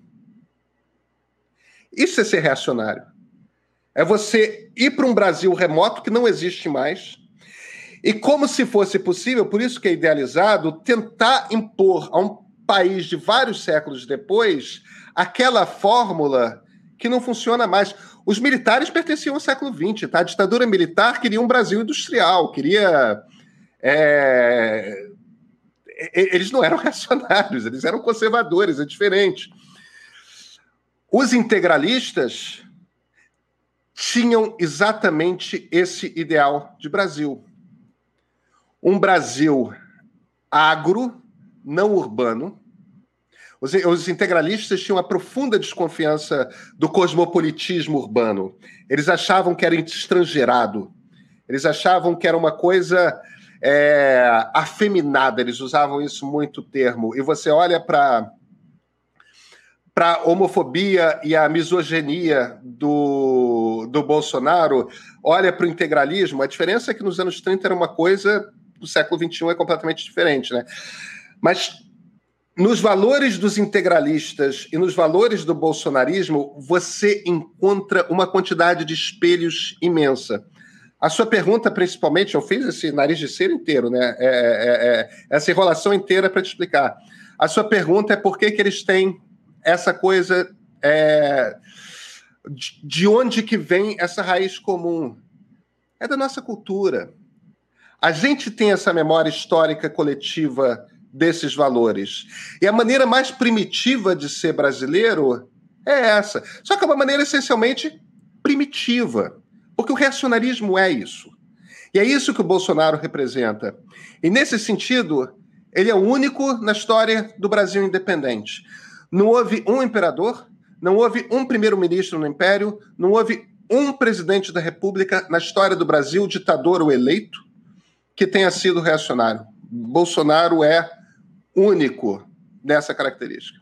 Isso é ser reacionário. É você ir para um Brasil remoto que não existe mais e, como se fosse possível, por isso que é idealizado, tentar impor a um país de vários séculos depois aquela fórmula que não funciona mais. Os militares pertenciam ao século vinte, tá? A ditadura militar queria um Brasil industrial, queria... É... Eles não eram reacionários, eles eram conservadores, é diferente. Os integralistas tinham exatamente esse ideal de Brasil. Um Brasil agro, não urbano. Os, os integralistas tinham uma profunda desconfiança do cosmopolitismo urbano. Eles achavam que era estrangeirado. Eles achavam que era uma coisa é, afeminada. Eles usavam isso muito termo. E você olha para para a homofobia e a misoginia do, do Bolsonaro, olha para o integralismo, a diferença é que nos anos trinta era uma coisa, no século vinte e um é completamente diferente, né? Mas nos valores dos integralistas e nos valores do bolsonarismo, você encontra uma quantidade de espelhos imensa. A sua pergunta, principalmente, eu fiz esse nariz de cera inteiro, né? É, é, é, essa enrolação inteira para te explicar. A sua pergunta é por que, que eles têm essa coisa, é, de onde que vem essa raiz comum? É da nossa cultura. A gente tem essa memória histórica coletiva desses valores. E a maneira mais primitiva de ser brasileiro é essa. Só que é uma maneira essencialmente primitiva, porque o reacionarismo é isso. E é isso que o Bolsonaro representa. E, nesse sentido, ele é o único na história do Brasil independente. Não houve um imperador, não houve um primeiro-ministro no Império, não houve um presidente da República na história do Brasil, ditador ou eleito, que tenha sido reacionário. Bolsonaro é único nessa característica.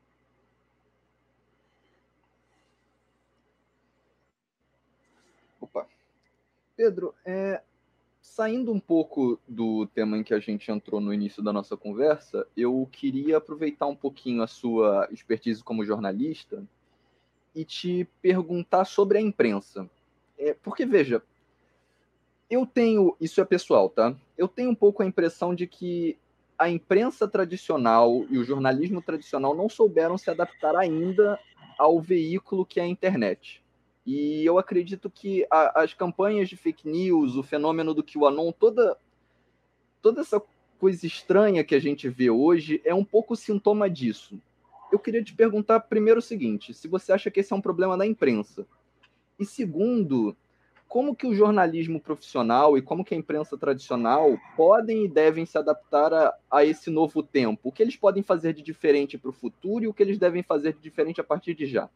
Opa. Pedro, é... saindo um pouco do tema em que a gente entrou no início da nossa conversa, eu queria aproveitar um pouquinho a sua expertise como jornalista e te perguntar sobre a imprensa. É, porque, veja, eu tenho, isso é pessoal, tá? Eu tenho um pouco a impressão de que a imprensa tradicional e o jornalismo tradicional não souberam se adaptar ainda ao veículo que é a internet. E eu acredito que a, as campanhas de fake news, o fenômeno do QAnon, toda, toda essa coisa estranha que a gente vê hoje é um pouco sintoma disso. Eu queria te perguntar primeiro o seguinte, se você acha que esse é um problema da imprensa. E segundo, como que o jornalismo profissional e como que a imprensa tradicional podem e devem se adaptar a, a esse novo tempo? O que eles podem fazer de diferente para o futuro e o que eles devem fazer de diferente a partir de já?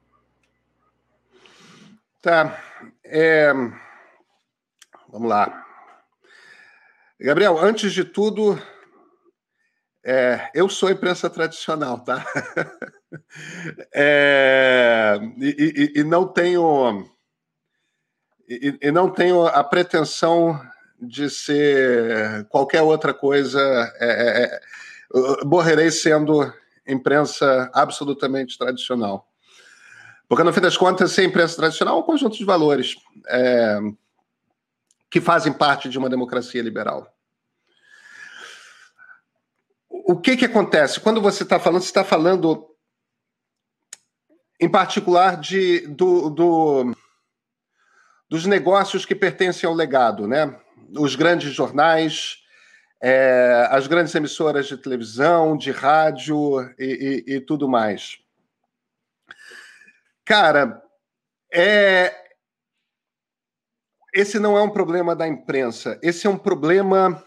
Tá. É... Vamos lá. Gabriel, antes de tudo, é... eu sou imprensa tradicional, tá? é... e, e, e não tenho e, e não tenho a pretensão de ser qualquer outra coisa. É... É... Morrerei sendo imprensa absolutamente tradicional. Porque, no fim das contas, ser imprensa tradicional é um conjunto de valores é, que fazem parte de uma democracia liberal. O que, que acontece? Quando você está falando, você está falando, em particular, de, do, do, dos negócios que pertencem ao legado, né? Os grandes jornais, é, as grandes emissoras de televisão, de rádio e, e, e tudo mais. Cara, é... esse não é um problema da imprensa, esse é um problema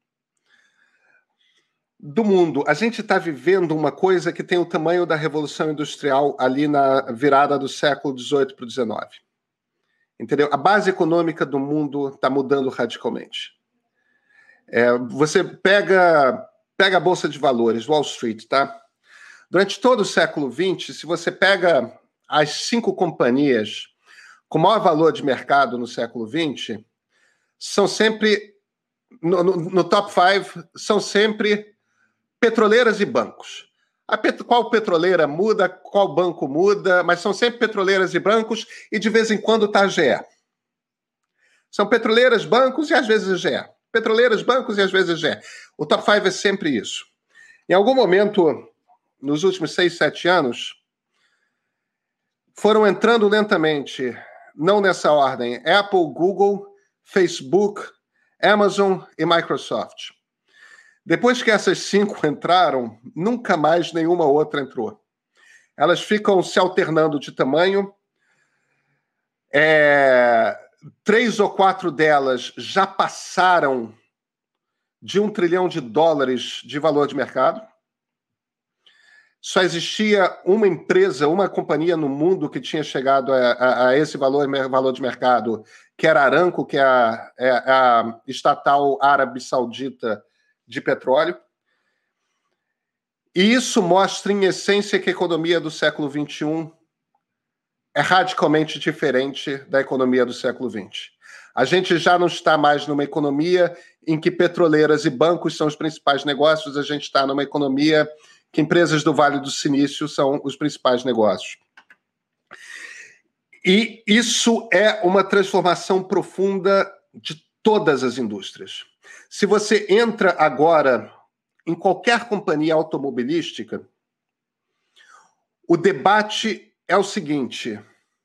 do mundo. A gente está vivendo uma coisa que tem o tamanho da Revolução Industrial ali na virada do século dezoito para o dezenove. Entendeu? A base econômica do mundo está mudando radicalmente. É, você pega, pega a Bolsa de Valores, Wall Street, tá? Durante todo o século vinte, se você pega as cinco companhias com maior valor de mercado no século vinte são sempre, no, no, no top cinco, são sempre petroleiras e bancos. A pet, qual petroleira muda, qual banco muda, mas são sempre petroleiras e bancos e de vez em quando está a G E. São petroleiras, bancos e às vezes a G E. Petroleiras, bancos e às vezes a G E. O top cinco é sempre isso. Em algum momento, nos últimos seis, sete anos, foram entrando lentamente, não nessa ordem, Apple, Google, Facebook, Amazon e Microsoft. Depois que essas cinco entraram, nunca mais nenhuma outra entrou. Elas ficam se alternando de tamanho. É, três ou quatro delas já passaram de um trilhão de dólares de valor de mercado. só existia uma empresa, uma companhia no mundo que tinha chegado a, a, a esse valor, valor de mercado, que era a Aramco, que é a, é a estatal árabe saudita de petróleo. E isso mostra, em essência, que a economia do século vinte e um é radicalmente diferente da economia do século vinte. A gente já não está mais numa economia em que petroleiras e bancos são os principais negócios, a gente está numa economia que empresas do Vale do Silício são os principais negócios. E isso é uma transformação profunda de todas as indústrias. Se você entra agora em qualquer companhia automobilística, o debate é o seguinte: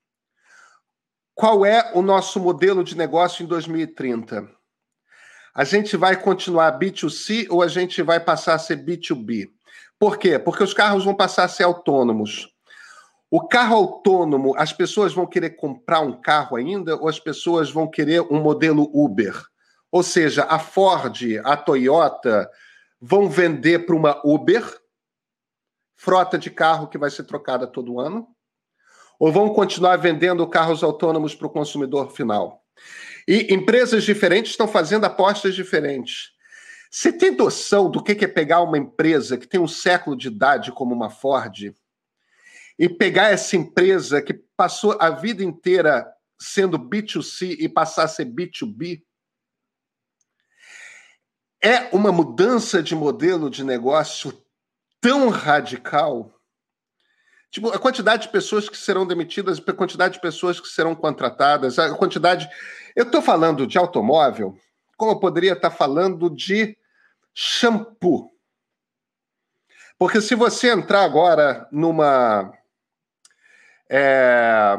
qual é o nosso modelo de negócio em dois mil e trinta? A gente vai continuar B dois C ou a gente vai passar a ser B dois B? Por quê? Porque os carros vão passar a ser autônomos. O carro autônomo, as pessoas vão querer comprar um carro ainda ou as pessoas vão querer um modelo Uber? Ou seja, a Ford, a Toyota vão vender para uma Uber, frota de carro que vai ser trocada todo ano, ou vão continuar vendendo carros autônomos para o consumidor final? E empresas diferentes estão fazendo apostas diferentes. Você tem noção do que é pegar uma empresa que tem um século de idade como uma Ford e pegar essa empresa que passou a vida inteira sendo B dois C e passar a ser B dois B? É uma mudança de modelo de negócio tão radical. Tipo, a quantidade de pessoas que serão demitidas, a quantidade de pessoas que serão contratadas, a quantidade... Eu estou falando de automóvel, como eu poderia estar falando de shampoo. Porque se você entrar agora numa... É,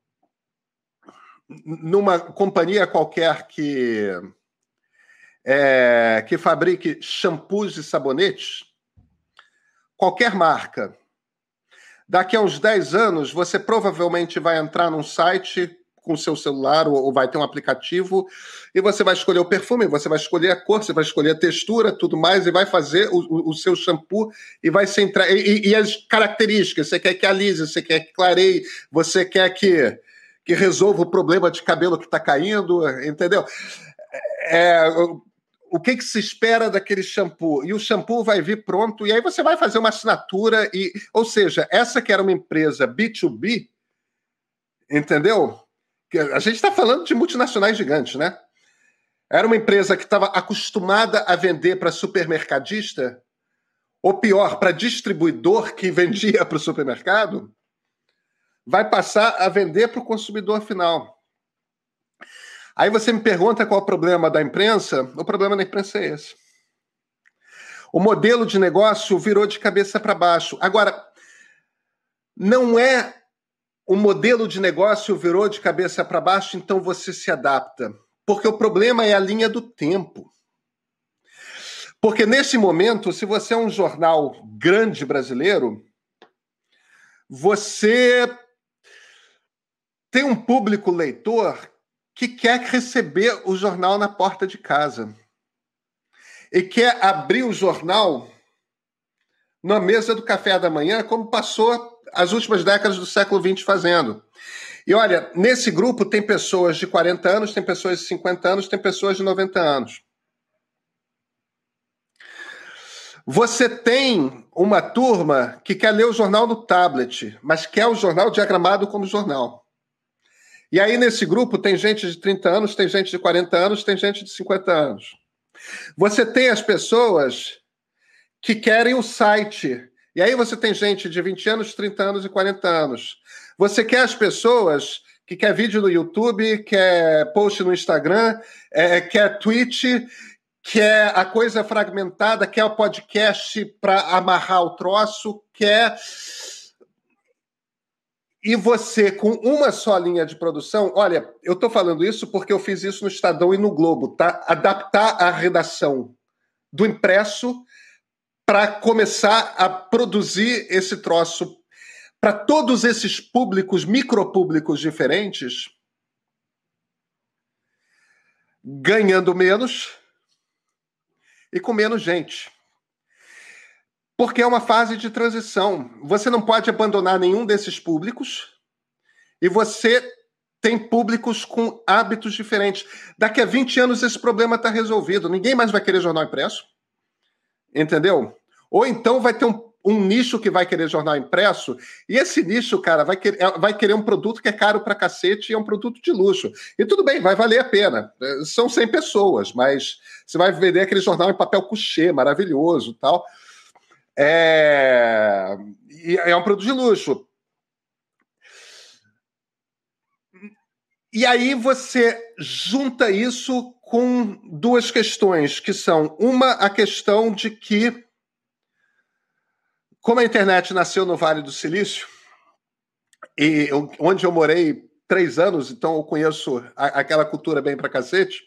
numa companhia qualquer que, é, que fabrique shampoos e sabonetes, qualquer marca, daqui a uns dez anos, você provavelmente vai entrar num site com o seu celular ou, ou vai ter um aplicativo e você vai escolher o perfume, você vai escolher a cor, você vai escolher a textura, tudo mais, e vai fazer o, o, o seu shampoo e vai ser entrar... E, e, e as características, você quer que alise, você quer que clareie, você quer que, que resolva o problema de cabelo que está caindo, entendeu? É... O que, que se espera daquele shampoo? E o shampoo vai vir pronto, e aí você vai fazer uma assinatura. E, ou seja, essa que era uma empresa B dois B, entendeu? A gente está falando de multinacionais gigantes, né? Era uma empresa que estava acostumada a vender para supermercadista, ou pior, para distribuidor que vendia para o supermercado, vai passar a vender para o consumidor final. Aí você me pergunta qual é o problema da imprensa. O problema da imprensa é esse. O modelo de negócio virou de cabeça para baixo. Agora, não é o modelo de negócio virou de cabeça para baixo, então você se adapta. Porque o problema é a linha do tempo. Porque nesse momento, se você é um jornal grande brasileiro, você tem um público leitor que quer receber o jornal na porta de casa e quer abrir o jornal na mesa do café da manhã, como passou as últimas décadas do século vinte fazendo. E olha, nesse grupo tem pessoas de quarenta anos, tem pessoas de cinquenta anos, tem pessoas de noventa anos. Você tem uma turma que quer ler o jornal no tablet, mas quer o jornal diagramado como jornal. E aí, nesse grupo, tem gente de trinta anos, tem gente de quarenta anos, tem gente de cinquenta anos. Você tem as pessoas que querem o site. E aí você tem gente de vinte anos, trinta anos e quarenta anos. Você quer as pessoas que quer vídeo no YouTube, quer post no Instagram, é, quer Twitch, quer a coisa fragmentada, quer o podcast para amarrar o troço, quer... E você, com uma só linha de produção... Olha, eu estou falando isso porque eu fiz isso no Estadão e no Globo, tá? Adaptar a redação do impresso para começar a produzir esse troço para todos esses públicos, micropúblicos diferentes, ganhando menos e com menos gente. Porque é uma fase de transição. Você não pode abandonar nenhum desses públicos e você tem públicos com hábitos diferentes. Daqui a vinte anos esse problema está resolvido. Ninguém mais vai querer jornal impresso. Entendeu? Ou então vai ter um, um nicho que vai querer jornal impresso e esse nicho, cara, vai querer, vai querer um produto que é caro pra cacete e é um produto de luxo. E tudo bem, vai valer a pena. São cem pessoas, mas você vai vender aquele jornal em papel couché, maravilhoso e tal. É... E é um produto de luxo. E aí você junta isso com duas questões, que são, uma, a questão de que, como a internet nasceu no Vale do Silício, e eu, onde eu morei três anos, então eu conheço a, aquela cultura bem pra cacete,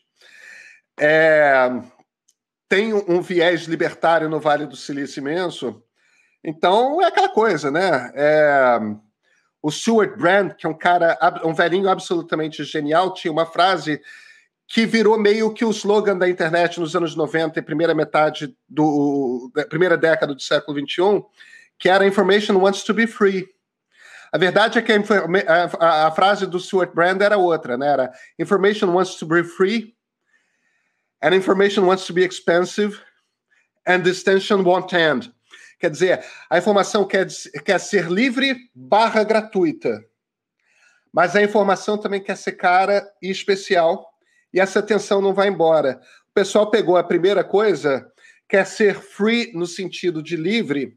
é, tem um, um viés libertário no Vale do Silício imenso, então é aquela coisa, né? É... O Stewart Brand, que é um cara, um velhinho absolutamente genial, tinha uma frase que virou meio que o slogan da internet nos anos noventa e primeira metade do da primeira década do século vinte e um, que era "Information wants to be free". A verdade é que a, a, a frase do Stewart Brand era outra, né? Era "Information wants to be free, and information wants to be expensive, and distinction won't end". Quer dizer, a informação quer, quer ser livre barra gratuita. Mas a informação também quer ser cara e especial. E essa tensão não vai embora. O pessoal pegou a primeira coisa, quer ser free no sentido de livre.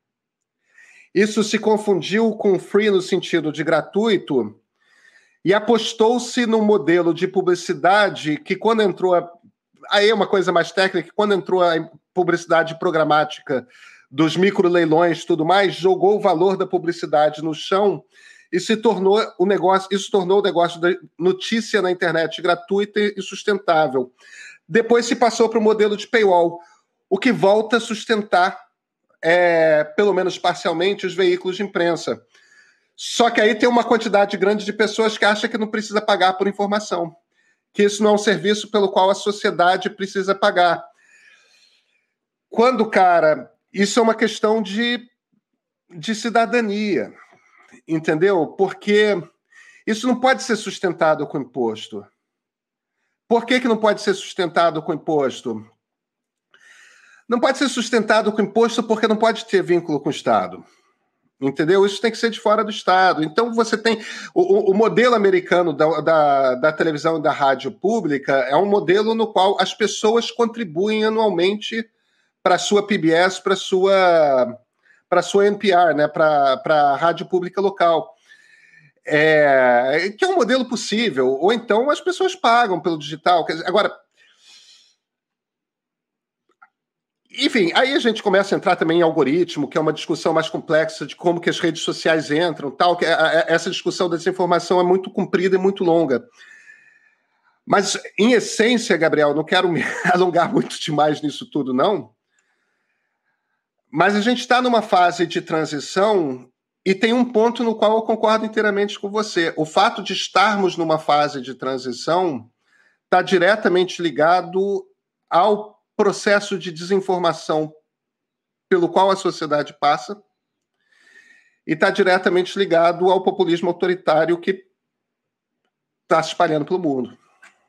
Isso se confundiu com free no sentido de gratuito. E apostou-se num modelo de publicidade que quando entrou... A, aí é uma coisa mais técnica, quando entrou a publicidade programática dos microleilões e tudo mais, jogou o valor da publicidade no chão e se tornou o negócio, isso tornou o negócio da notícia na internet gratuita e sustentável. Depois se passou para o modelo de paywall, o que volta a sustentar, é, pelo menos parcialmente, os veículos de imprensa. Só que aí tem uma quantidade grande de pessoas que acham que não precisa pagar por informação, que isso não é um serviço pelo qual a sociedade precisa pagar. Quando, cara... Isso é uma questão de, de cidadania, entendeu? Porque isso não pode ser sustentado com imposto. Por que que não pode ser sustentado com imposto? Não pode ser sustentado com imposto porque não pode ter vínculo com o Estado, entendeu? Isso tem que ser de fora do Estado. Então você tem... O, o modelo americano da, da, da televisão e da rádio pública é um modelo no qual as pessoas contribuem anualmente para a sua P B S, para a sua, para sua N P R, né? para a rádio pública local. É, que é um modelo possível. Ou então as pessoas pagam pelo digital. Quer dizer, agora, enfim, aí a gente começa a entrar também em algoritmo, que é uma discussão mais complexa de como que as redes sociais entram, tal, que essa discussão da desinformação é muito comprida e muito longa. Mas, em essência, Gabriel, não quero me alongar muito demais nisso tudo, não. Mas a gente está numa fase de transição e tem um ponto no qual eu concordo inteiramente com você. O fato de estarmos numa fase de transição está diretamente ligado ao processo de desinformação pelo qual a sociedade passa e está diretamente ligado ao populismo autoritário que está se espalhando pelo mundo.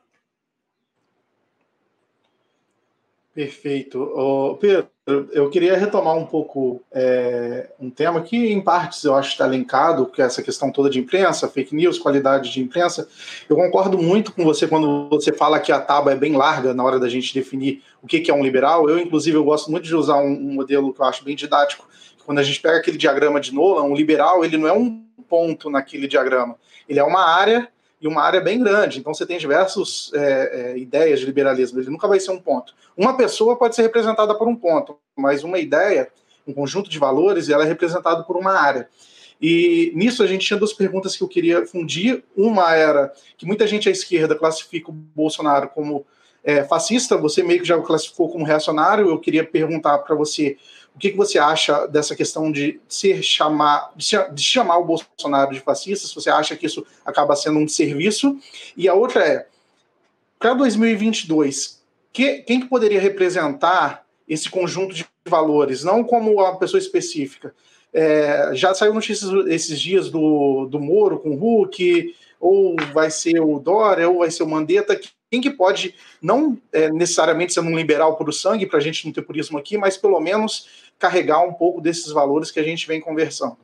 Perfeito. Oh, Pedro, eu queria retomar um pouco é, um tema que, em partes, eu acho que está linkado, que é essa questão toda de imprensa, fake news, qualidade de imprensa. Eu concordo muito com você quando você fala que a tábua é bem larga na hora da gente definir o que é um liberal. Eu, inclusive, eu gosto muito de usar um, um modelo que eu acho bem didático. Quando a gente pega aquele diagrama de Nolan, um liberal, ele não é um ponto naquele diagrama. Ele é uma área, e uma área bem grande. Então você tem diversas é, é, ideias de liberalismo. Ele nunca vai ser um ponto. Uma pessoa pode ser representada por um ponto, mas uma ideia, um conjunto de valores, ela é representada por uma área. E nisso a gente tinha duas perguntas que eu queria fundir. Uma era que muita gente à esquerda classifica o Bolsonaro como é, fascista, você meio que já o classificou como reacionário. Eu queria perguntar para você o que, que você acha dessa questão de, ser chamar, de chamar o Bolsonaro de fascista, se você acha que isso acaba sendo um desserviço. E a outra é, para dois mil e vinte e dois, que, quem que poderia representar esse conjunto de valores, não como uma pessoa específica. É, já saiu notícias esses dias do, do Moro com o Huck, ou vai ser o Dória, ou vai ser o Mandetta. Quem que pode, não é, necessariamente sendo um liberal puro sangue, para a gente não ter purismo aqui, mas pelo menos carregar um pouco desses valores que a gente vem conversando?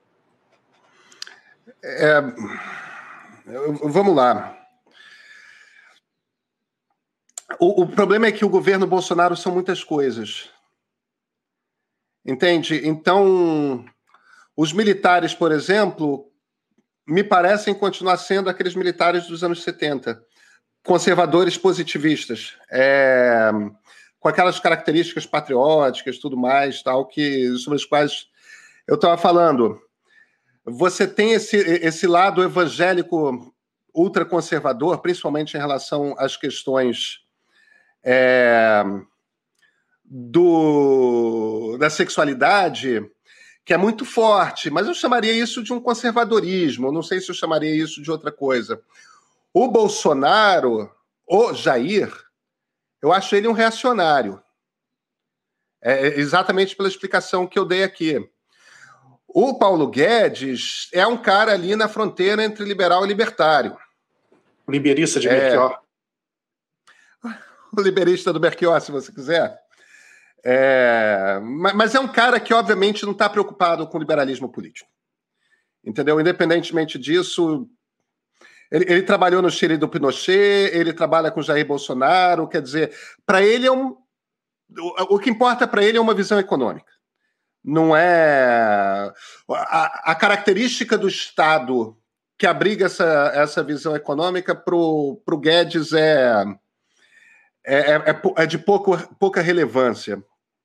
É, vamos lá. O, o problema é que o governo Bolsonaro são muitas coisas. Entende? Então, os militares, por exemplo, me parecem continuar sendo aqueles militares dos anos setenta, conservadores positivistas, é, com aquelas características patrióticas, tudo mais, tal, que, sobre as quais eu estava falando. Você tem esse, esse lado evangélico ultraconservador, principalmente em relação às questões é, do, da sexualidade, que é muito forte, mas eu chamaria isso de um conservadorismo, não sei se eu chamaria isso de outra coisa. O Bolsonaro, o Jair, eu acho ele um reacionário, é, exatamente pela explicação que eu dei aqui. O Paulo Guedes é um cara ali na fronteira entre liberal e libertário. Liberista de Belchior. É, o liberista do Belchior, se você quiser. É, mas é um cara que, obviamente, não está preocupado com o liberalismo político. Entendeu? Independentemente disso, ele, ele trabalhou no Chile do Pinochet, ele trabalha com Jair Bolsonaro, quer dizer, para ele é um... O, o que importa para ele é uma visão econômica. Não é... A, a característica do Estado que abriga essa, essa visão econômica para o Guedes é, é, é, é de pouco, pouca relevância.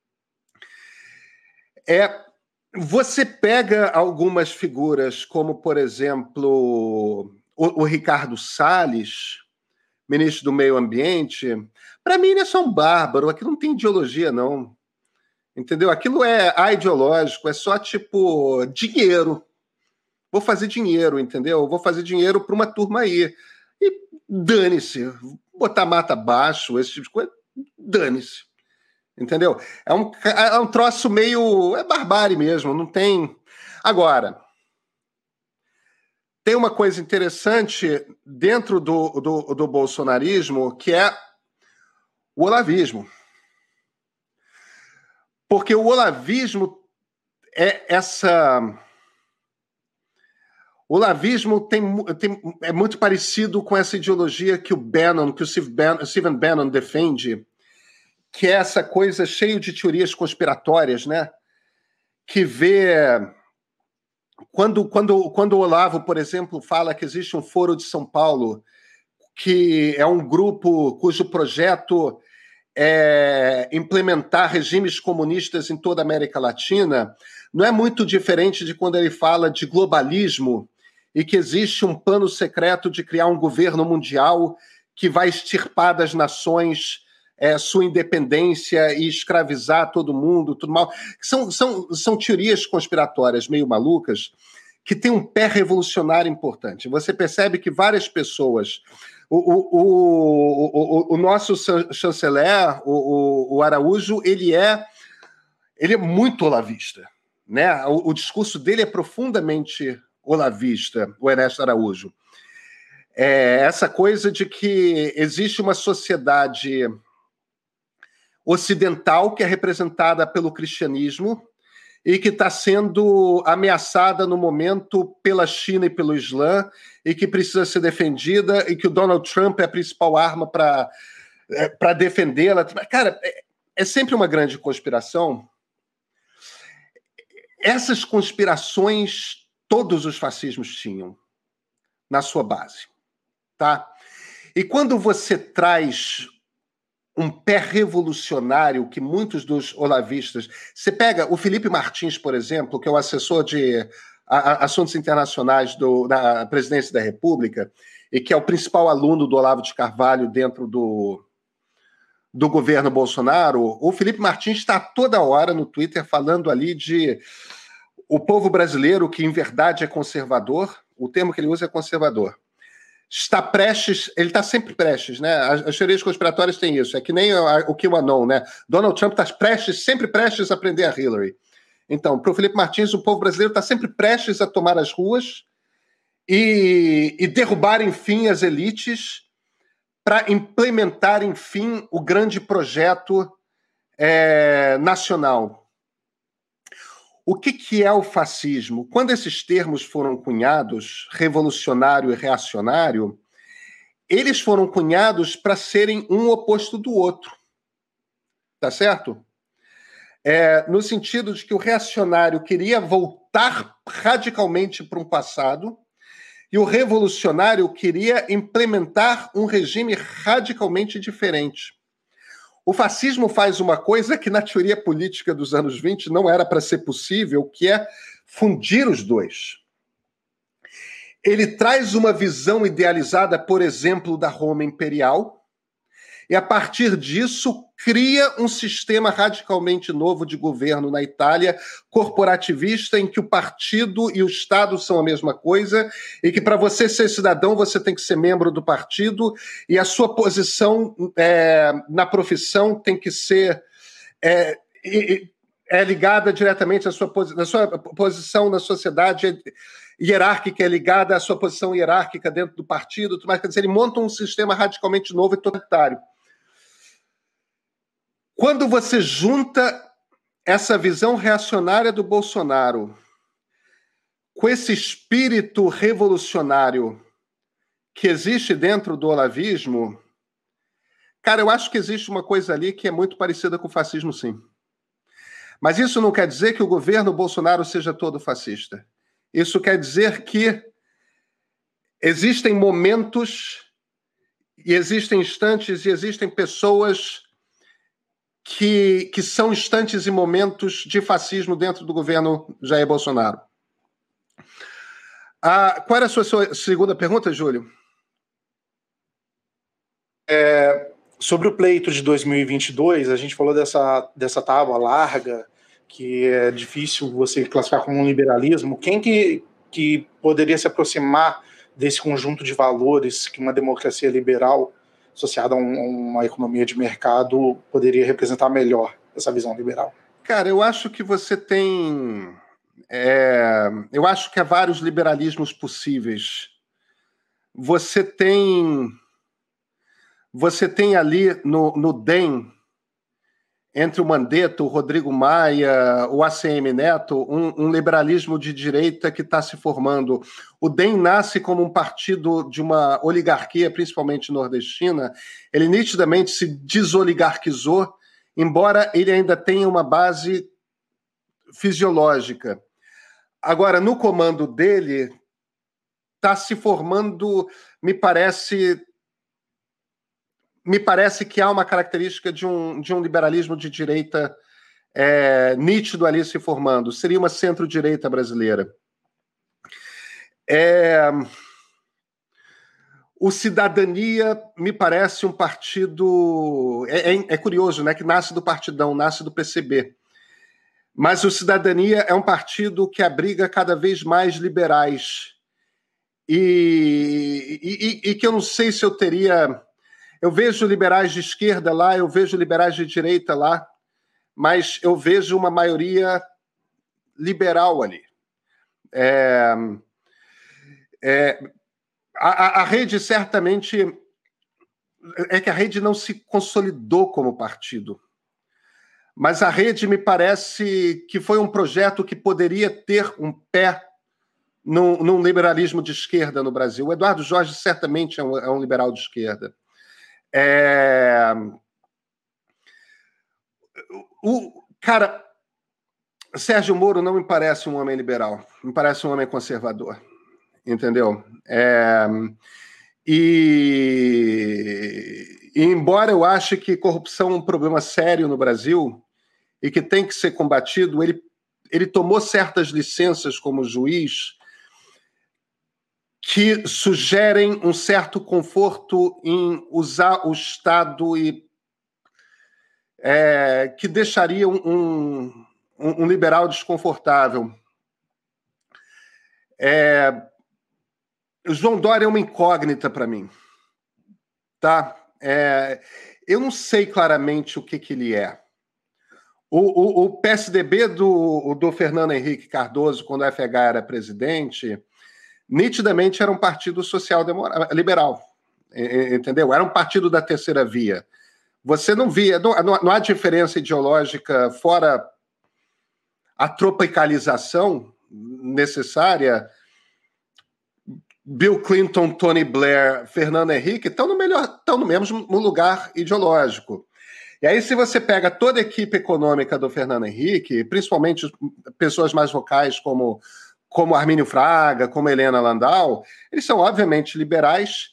É, você pega algumas figuras, como, por exemplo, o, o Ricardo Salles, ministro do Meio Ambiente, para mim ele é só um bárbaro, aquilo não tem ideologia, não. Entendeu? Aquilo é ideológico, é só tipo dinheiro. Vou fazer dinheiro, entendeu? Vou fazer dinheiro para uma turma aí. E dane-se. Botar mata abaixo, esse tipo de coisa, dane-se. Entendeu? É um, é um troço meio... É barbárie mesmo, não tem... Agora, tem uma coisa interessante dentro do, do, do bolsonarismo, que é o olavismo. Porque o olavismo é essa... O olavismo tem, tem, é muito parecido com essa ideologia que o Bannon, que o Stephen Bannon defende, que é essa coisa cheia de teorias conspiratórias, né? Que vê... Quando, quando, quando o Olavo, por exemplo, fala que existe um Foro de São Paulo, que é um grupo cujo projeto é implementar regimes comunistas em toda a América Latina, não é muito diferente de quando ele fala de globalismo e que existe um plano secreto de criar um governo mundial que vai extirpar das nações é, sua independência e escravizar todo mundo, tudo mal. São, são, são teorias conspiratórias meio malucas que têm um pé revolucionário importante. Você percebe que várias pessoas... O, o, o, o, o nosso chanceler, o, o Araújo, ele é, ele é muito olavista, né? O, o discurso dele é profundamente olavista, o Ernesto Araújo. É essa coisa de que existe uma sociedade ocidental que é representada pelo cristianismo e que está sendo ameaçada no momento pela China e pelo Islã e que precisa ser defendida e que o Donald Trump é a principal arma para é, para defendê-la. Cara, é, é sempre uma grande conspiração. Essas conspirações todos os fascismos tinham na sua base, tá? E quando você traz um pé revolucionário que muitos dos olavistas... Você pega o Felipe Martins, por exemplo, que é o assessor de a, a, assuntos internacionais do, da Presidência da República e que é o principal aluno do Olavo de Carvalho dentro do, do governo Bolsonaro. O Felipe Martins está toda hora no Twitter falando ali de o povo brasileiro, que em verdade é conservador, o termo que ele usa é conservador, está prestes, ele está sempre prestes, né? As, as teorias conspiratórias têm isso, é que nem a, o QAnon, né? Donald Trump está prestes, sempre prestes a prender a Hillary. Então, para o Felipe Martins, o povo brasileiro está sempre prestes a tomar as ruas e, e derrubar, enfim, as elites para implementar, enfim, o grande projeto é, nacional. O que, que é o fascismo? Quando esses termos foram cunhados, revolucionário e reacionário, eles foram cunhados para serem um oposto do outro. Tá certo? É, no sentido de que o reacionário queria voltar radicalmente para um passado e o revolucionário queria implementar um regime radicalmente diferente. O fascismo faz uma coisa que na teoria política dos anos vinte não era para ser possível, que é fundir os dois. Ele traz uma visão idealizada, por exemplo, da Roma imperial, e a partir disso cria um sistema radicalmente novo de governo na Itália, corporativista, em que o partido e o Estado são a mesma coisa, e que para você ser cidadão você tem que ser membro do partido, e a sua posição é, na profissão tem que ser é, é ligada diretamente à sua, à sua posição na sociedade hierárquica, é ligada à sua posição hierárquica dentro do partido, tudo mais. Quer dizer, ele monta um sistema radicalmente novo e totalitário. Quando você junta essa visão reacionária do Bolsonaro com esse espírito revolucionário que existe dentro do olavismo, cara, eu acho que existe uma coisa ali que é muito parecida com o fascismo, sim. Mas isso não quer dizer que o governo Bolsonaro seja todo fascista. Isso quer dizer que existem momentos e existem instantes e existem pessoas que, que são instantes e momentos de fascismo dentro do governo Jair Bolsonaro. Ah, qual era a sua, sua segunda pergunta, Júlio? É, sobre o pleito de dois mil e vinte e dois, a gente falou dessa, dessa tábua larga, que é difícil você classificar como um liberalismo. Quem que, que poderia se aproximar desse conjunto de valores que uma democracia liberal associada a, um, a uma economia de mercado poderia representar melhor essa visão liberal? Cara, eu acho que você tem... É, eu acho que há vários liberalismos possíveis. Você tem... Você tem ali no, no D E M, entre o Mandetta, o Rodrigo Maia, o A C M Neto, um, um liberalismo de direita que está se formando. O D E M nasce como um partido de uma oligarquia, principalmente nordestina. Ele nitidamente se desoligarquizou, embora ele ainda tenha uma base fisiológica. Agora, no comando dele, está se formando, me parece... Me parece que há uma característica de um, de um liberalismo de direita é, nítido ali se formando. Seria uma centro-direita brasileira. É, o Cidadania me parece um partido... É, é, é curioso, né? Que nasce do Partidão, nasce do P C B. Mas o Cidadania é um partido que abriga cada vez mais liberais. E, e, e que eu não sei se eu teria... Eu vejo liberais de esquerda lá, eu vejo liberais de direita lá, mas eu vejo uma maioria liberal ali. É, é, a, a rede certamente... É que a rede não se consolidou como partido, mas a rede me parece que foi um projeto que poderia ter um pé num, num liberalismo de esquerda no Brasil. O Eduardo Jorge certamente é um, é um liberal de esquerda. É... O, cara, Sérgio Moro não me parece um homem liberal, me parece um homem conservador, entendeu? É... E... e embora eu ache que corrupção é um problema sério no Brasil e que tem que ser combatido, ele, ele tomou certas licenças como juiz que sugerem um certo conforto em usar o Estado e é, que deixaria um, um, um liberal desconfortável. É, João Dória é uma incógnita para mim. Tá? É, eu não sei claramente o que, que ele é. O, o, o P S D B do, do Fernando Henrique Cardoso, quando o F H era presidente, nitidamente era um partido social-liberal. Entendeu? Era um partido da terceira via. Você não via, não, não há diferença ideológica fora a tropicalização necessária. Bill Clinton, Tony Blair, Fernando Henrique estão no melhor, estão no mesmo lugar ideológico. E aí, se você pega toda a equipe econômica do Fernando Henrique, principalmente pessoas mais vocais como, como Armínio Fraga, como Helena Landau, eles são obviamente liberais,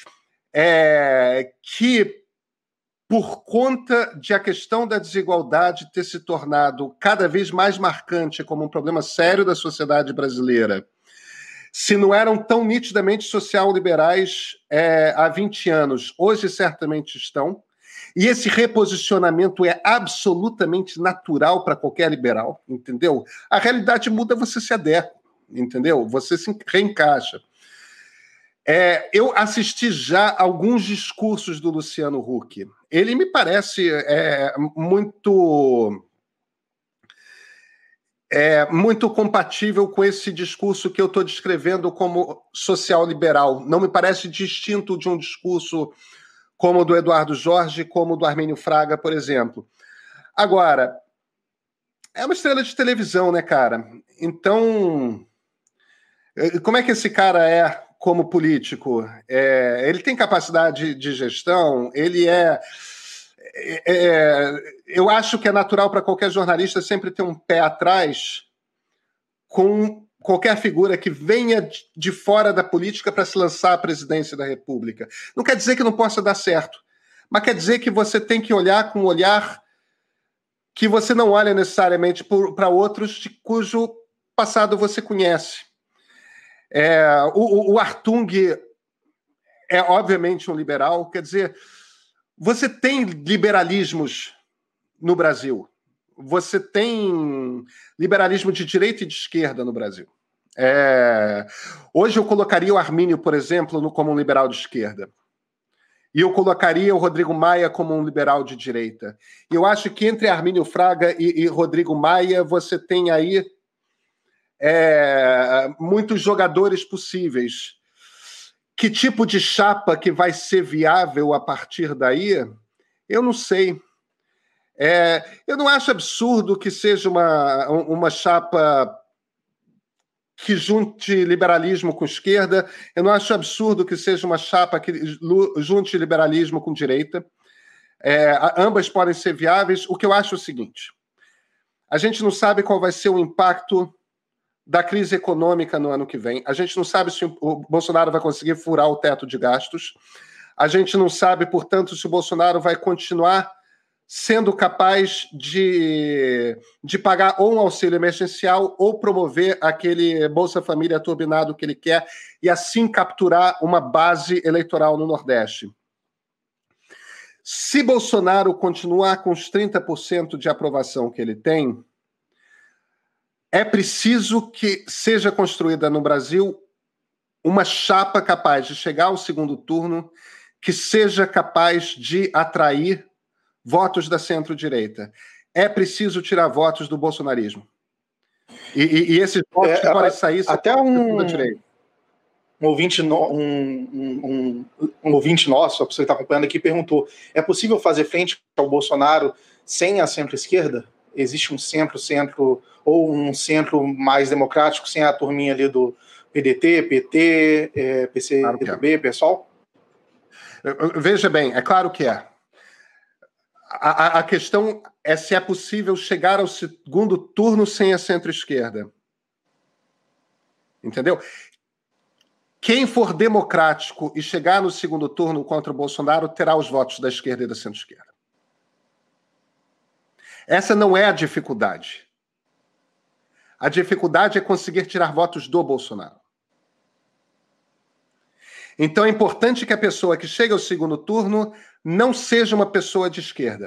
é, que por conta de a questão da desigualdade ter se tornado cada vez mais marcante como um problema sério da sociedade brasileira, se não eram tão nitidamente social-liberais é, há vinte anos, hoje certamente estão, e esse reposicionamento é absolutamente natural para qualquer liberal, entendeu? A realidade muda, você se adequa, entendeu? Você se reencaixa. É, eu assisti já alguns discursos do Luciano Huck. Ele me parece é, muito... É muito compatível com esse discurso que eu estou descrevendo como social-liberal. Não me parece distinto de um discurso como o do Eduardo Jorge, como o do Armínio Fraga, por exemplo. Agora, é uma estrela de televisão, né, cara? Então, como é que esse cara é como político? É, ele tem capacidade de gestão? Ele é... É, eu acho que é natural para qualquer jornalista sempre ter um pé atrás com qualquer figura que venha de fora da política para se lançar à presidência da República. Não quer dizer que não possa dar certo, mas quer dizer que você tem que olhar com um olhar que você não olha necessariamente para outros de cujo passado você conhece. É, o, o Artung é obviamente um liberal, quer dizer... Você tem liberalismos no Brasil. Você tem liberalismo de direita e de esquerda no Brasil. É... Hoje eu colocaria o Armínio, por exemplo, no, como um liberal de esquerda. E eu colocaria o Rodrigo Maia como um liberal de direita. E eu acho que entre Armínio Fraga e, e Rodrigo Maia você tem aí é, muitos jogadores possíveis. Que tipo de chapa que vai ser viável a partir daí, eu não sei. É, eu não acho absurdo que seja uma, uma chapa que junte liberalismo com esquerda, eu não acho absurdo que seja uma chapa que junte liberalismo com direita. É, ambas podem ser viáveis. O que eu acho é o seguinte, a gente não sabe qual vai ser o impacto da crise econômica no ano que vem. A gente não sabe se o Bolsonaro vai conseguir furar o teto de gastos. A gente não sabe, portanto, se o Bolsonaro vai continuar sendo capaz de, de pagar ou um auxílio emergencial ou promover aquele Bolsa Família turbinado que ele quer e assim capturar uma base eleitoral no Nordeste. Se Bolsonaro continuar com os trinta por cento de aprovação que ele tem, é preciso que seja construída no Brasil uma chapa capaz de chegar ao segundo turno, que seja capaz de atrair votos da centro-direita. É preciso tirar votos do bolsonarismo. E, e, e esses votos é, que podem sair... Até um, um, ouvinte no, um, um, um ouvinte nosso, a pessoa que está acompanhando aqui, perguntou, é possível fazer frente ao Bolsonaro sem a centro-esquerda? Existe um centro-centro ou um centro mais democrático sem a turminha ali do P D T, P T, é, P C do B, pessoal? Veja bem, é claro que é. A, a, a questão é se é possível chegar ao segundo turno sem a centro-esquerda. Entendeu? Quem for democrático e chegar no segundo turno contra o Bolsonaro terá os votos da esquerda e da centro-esquerda. Essa não é a dificuldade. A dificuldade é conseguir tirar votos do Bolsonaro. Então é importante que a pessoa que chega ao segundo turno não seja uma pessoa de esquerda.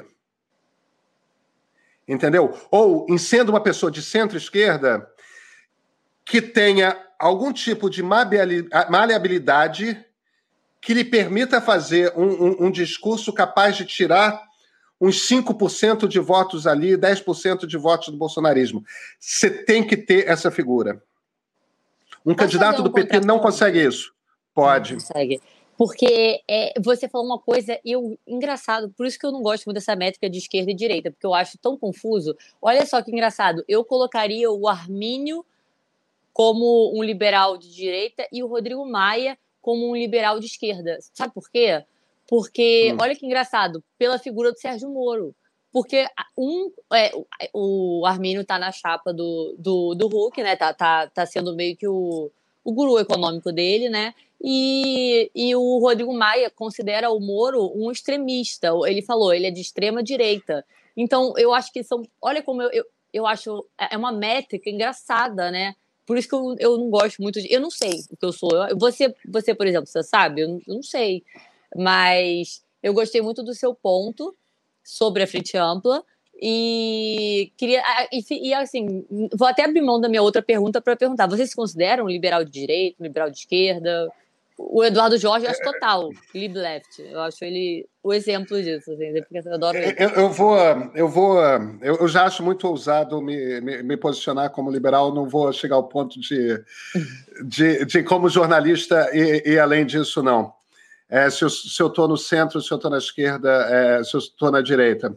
Entendeu? Ou, em sendo uma pessoa de centro-esquerda, que tenha algum tipo de maleabilidade que lhe permita fazer um, um, um discurso capaz de tirar uns cinco por cento de votos ali, dez por cento de votos do bolsonarismo. Você tem que ter essa figura. Um Posso candidato fazer um do P T não consegue isso. Pode. Não consegue. Porque é, você falou uma coisa eu, engraçado, por isso que eu não gosto muito dessa métrica de esquerda e direita, porque eu acho tão confuso. Olha só que engraçado, eu colocaria o Armínio como um liberal de direita e o Rodrigo Maia como um liberal de esquerda. Sabe por quê? Porque, hum. olha que engraçado, pela figura do Sérgio Moro. Porque um, é, o Armínio está na chapa do, do, do Huck, né? Tá, tá, tá sendo meio que o, o guru econômico dele, né? E, e o Rodrigo Maia considera o Moro um extremista. Ele falou, ele é de extrema direita. Então, eu acho que são... Olha como eu, eu, eu acho... É uma métrica engraçada, né? Por isso que eu, eu não gosto muito de... Eu não sei o que eu sou. Eu, você, você, por exemplo, você sabe? Eu não, eu não sei. Mas eu gostei muito do seu ponto sobre a Frente Ampla e queria... E, e assim, vou até abrir mão da minha outra pergunta para perguntar. Vocês se consideram um liberal de direita, um liberal de esquerda? O Eduardo Jorge, eu acho total, lib left. Eu acho ele o exemplo disso, assim, porque eu adoro ele. Eu, eu vou, eu vou, eu, eu já acho muito ousado me, me, me posicionar como liberal, não vou chegar ao ponto de, de, de como jornalista e, e além disso, não. É, se eu estou no centro, se eu estou na esquerda, é, se eu estou na direita.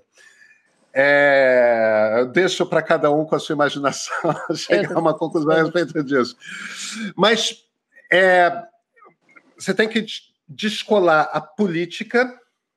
É, eu deixo para cada um com a sua imaginação chegar a uma conclusão a respeito disso. Mas é, você tem que descolar a política,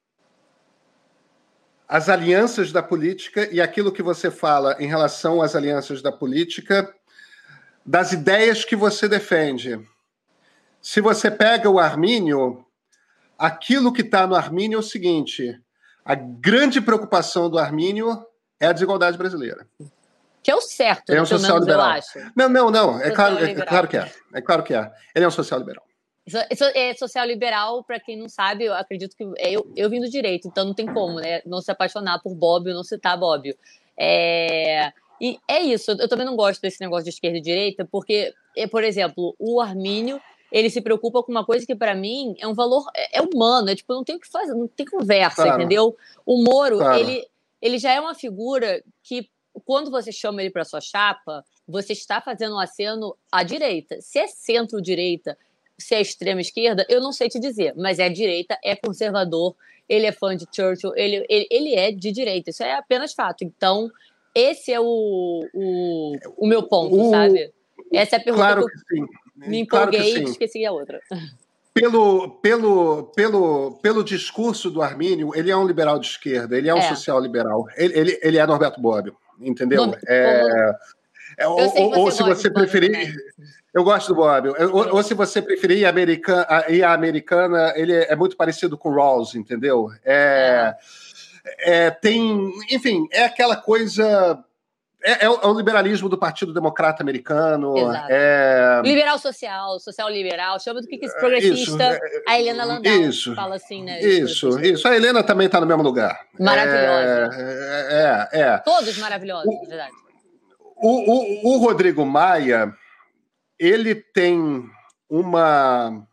as alianças da política e aquilo que você fala em relação às alianças da política, das ideias que você defende. Se você pega o Armínio, aquilo que está no Armínio é o seguinte: a grande preocupação do Armínio é a desigualdade brasileira. Que é o certo, ele é um social liberal. Eu acho. Não, não, não. É claro, é, é claro que é. É claro que é. Ele é um social liberal. É social liberal, para quem não sabe, eu acredito que eu, eu vim do direito, então não tem como, né? Não se apaixonar por Bobbio, não citar Bobbio. É... E é isso, eu também não gosto desse negócio de esquerda e direita, porque, por exemplo, o Armínio, ele se preocupa com uma coisa que, para mim, é um valor, é humano, é tipo, não tem o que fazer, não tem conversa, claro. Entendeu? O Moro, claro. ele, ele já é uma figura que, quando você chama ele para sua chapa, você está fazendo um aceno à direita. Se é centro-direita, se é extrema-esquerda, eu não sei te dizer, mas é direita, é conservador, ele é fã de Churchill, ele, ele, ele é de direita, isso é apenas fato. Então, esse é o, o, o meu ponto, o, sabe? Essa é a pergunta claro que eu que sim. me empolguei claro e esqueci a outra. Pelo, pelo, pelo, pelo discurso do Armínio, ele é um liberal de esquerda, ele é um é. social-liberal, ele, ele, ele é Norberto Bobbio, entendeu? No, é, é, ou, ou, ou se você preferir... Eu gosto do Bobbio. Ou, ou se você preferir ir, americana, ir a americana, ele é muito parecido com o Rawls, entendeu? É, é. É, tem, enfim, é aquela coisa... É, é o liberalismo do Partido Democrata Americano. É... Liberal social, social liberal, chama do que é progressista. Isso, a Helena Landau isso, fala assim, né? Isso, isso. A Helena também está no mesmo lugar. Maravilhosa. É, é, é. Todos maravilhosos, na verdade. O, o, o Rodrigo Maia... ele tem uma,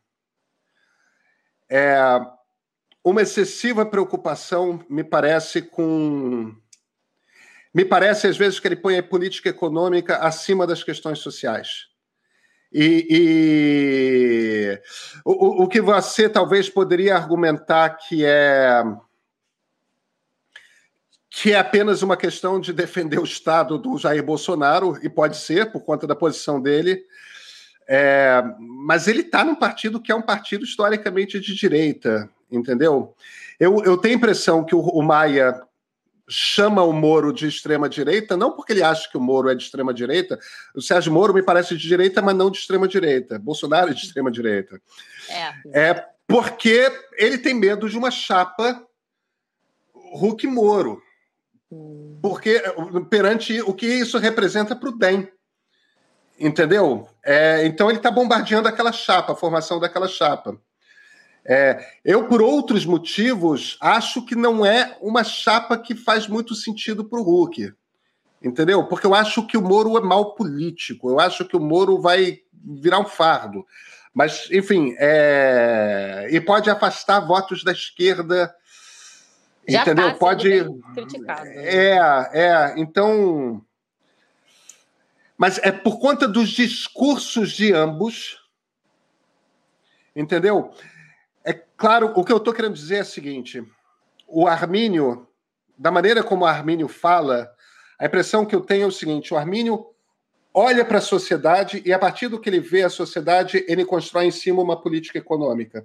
é, uma excessiva preocupação, me parece, com... Me parece, às vezes, que ele põe a política econômica acima das questões sociais. E, e o, o que você talvez poderia argumentar que é... que é apenas uma questão de defender o Estado do Jair Bolsonaro, e pode ser, por conta da posição dele... É, mas ele está num partido que é um partido historicamente de direita, entendeu? Eu, eu tenho a impressão que o, o Maia chama o Moro de extrema-direita, não porque ele acha que o Moro é de extrema-direita. O Sérgio Moro me parece de direita, mas não de extrema-direita. Bolsonaro é de extrema-direita. É. é porque ele tem medo de uma chapa Huck-Moro. Hum. Porque, perante o que isso representa para o D E M. Entendeu? É, então ele está bombardeando aquela chapa, a formação daquela chapa. É, eu, por outros motivos, acho que não é uma chapa que faz muito sentido para o Huck. Entendeu? Porque eu acho que o Moro é mal político, eu acho que o Moro vai virar um fardo. Mas, enfim, é... e pode afastar votos da esquerda. Já entendeu? Tá pode criticado. É, é, então. Mas é por conta dos discursos de ambos, entendeu? É claro, o que eu estou querendo dizer é o seguinte: o Armínio, da maneira como o Armínio fala, a impressão que eu tenho é o seguinte: o Armínio olha para a sociedade e, a partir do que ele vê a sociedade, ele constrói em cima uma política econômica.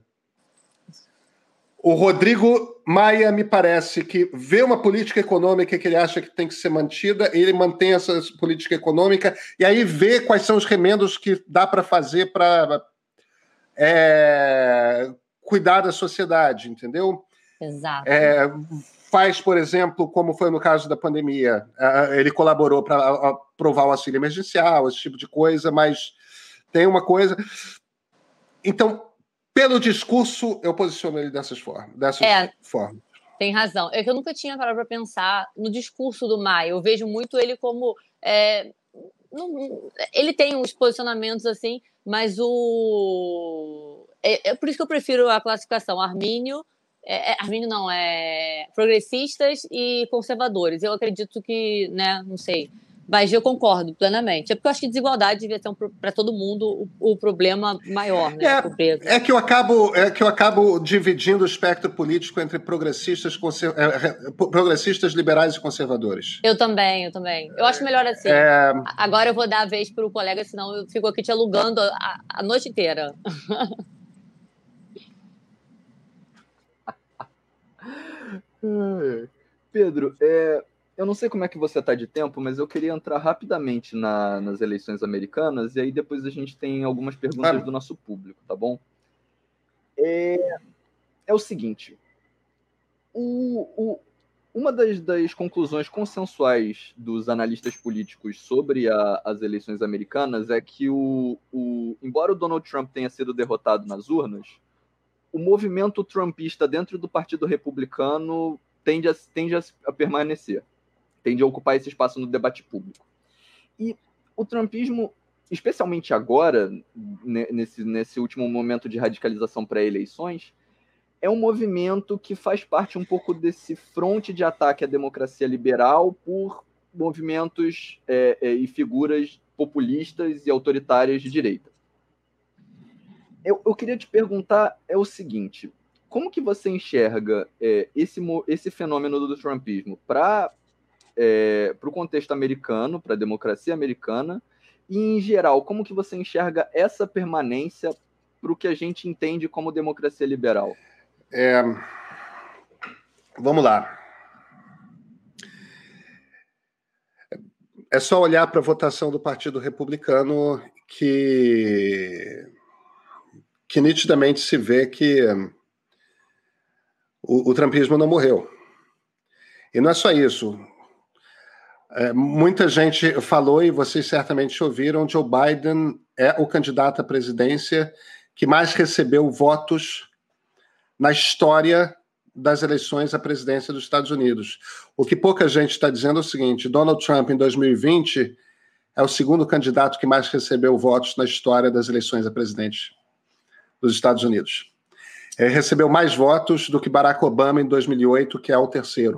O Rodrigo Maia, me parece que vê uma política econômica que ele acha que tem que ser mantida, ele mantém essa política econômica, e aí vê quais são os remendos que dá para fazer para é, cuidar da sociedade, entendeu? Exato. É, faz, por exemplo, como foi no caso da pandemia, ele colaborou para aprovar o auxílio emergencial, esse tipo de coisa, mas tem uma coisa... Então, pelo discurso, eu posiciono ele dessas formas. Dessas é, formas. Tem razão. É que eu nunca tinha parado para pensar no discurso do Maia. Eu vejo muito ele como... É, não, ele tem uns posicionamentos assim, mas o... É, é por isso que eu prefiro a classificação Armínio... É, é, Armínio não, é progressistas e conservadores. Eu acredito que, né, não sei... Mas eu concordo plenamente. É porque eu acho que desigualdade devia ser um, para todo mundo o, o problema maior, né? É, é, que eu acabo, é que eu acabo dividindo o espectro político entre progressistas, conser, é, progressistas liberais e conservadores. Eu também, eu também. Eu acho melhor assim. É... Agora eu vou dar a vez para o colega, senão eu fico aqui te alugando a, a noite inteira. Pedro, é... eu não sei como é que você está de tempo, mas eu queria entrar rapidamente na, nas eleições americanas e aí depois a gente tem algumas perguntas ah. do nosso público, tá bom? É, é o seguinte, o, o, uma das, das conclusões consensuais dos analistas políticos sobre a, as eleições americanas é que, o, o, embora o Donald Trump tenha sido derrotado nas urnas, o movimento trumpista dentro do Partido Republicano tende a, tende a permanecer. Tende a ocupar esse espaço no debate público. E o trumpismo, especialmente agora, nesse, nesse último momento de radicalização pré-eleições, é um movimento que faz parte um pouco desse fronte de ataque à democracia liberal por movimentos é, é, e figuras populistas e autoritárias de direita. Eu, eu queria te perguntar é o seguinte, como que você enxerga é, esse, esse fenômeno do trumpismo para É, para o contexto americano, para a democracia americana, e, em geral, como que você enxerga essa permanência para o que a gente entende como democracia liberal? É... Vamos lá. É só olhar para a votação do Partido Republicano que, que nitidamente se vê que o, o trumpismo não morreu. E não é só isso. É, muita gente falou, e vocês certamente ouviram, Joe Biden é o candidato à presidência que mais recebeu votos na história das eleições à presidência dos Estados Unidos. O que pouca gente está dizendo é o seguinte: Donald Trump, em dois mil e vinte, é o segundo candidato que mais recebeu votos na história das eleições a presidente dos Estados Unidos. Ele recebeu mais votos do que Barack Obama em dois mil e oito, que é o terceiro.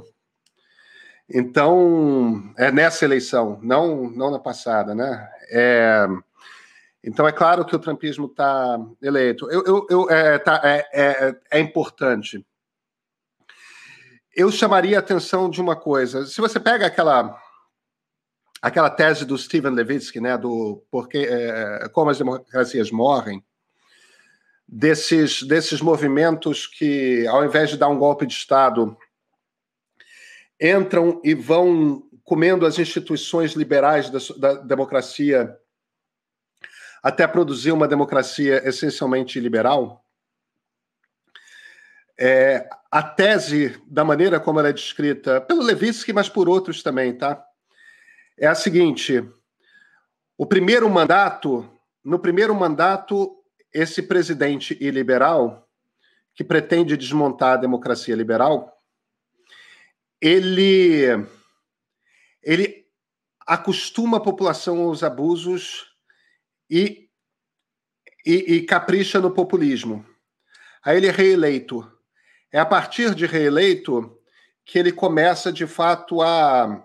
Então, é nessa eleição, não, não na passada, né? É, então, é claro que o trumpismo está eleito. Eu, eu, eu, é, tá, é, é, é importante. Eu chamaria a atenção de uma coisa. Se você pega aquela, aquela tese do Steven Levitsky, né, do porque, é, como as democracias morrem, desses, desses movimentos que, ao invés de dar um golpe de Estado, entram e vão comendo as instituições liberais da, da democracia até produzir uma democracia essencialmente liberal. É, a tese, da maneira como ela é descrita, pelo Levitsky, mas por outros também, tá? É a seguinte: o primeiro mandato, no primeiro mandato, esse presidente iliberal, que pretende desmontar a democracia liberal, Ele, ele acostuma a população aos abusos e, e, e capricha no populismo. Aí ele é reeleito. É a partir de reeleito que ele começa, de fato, a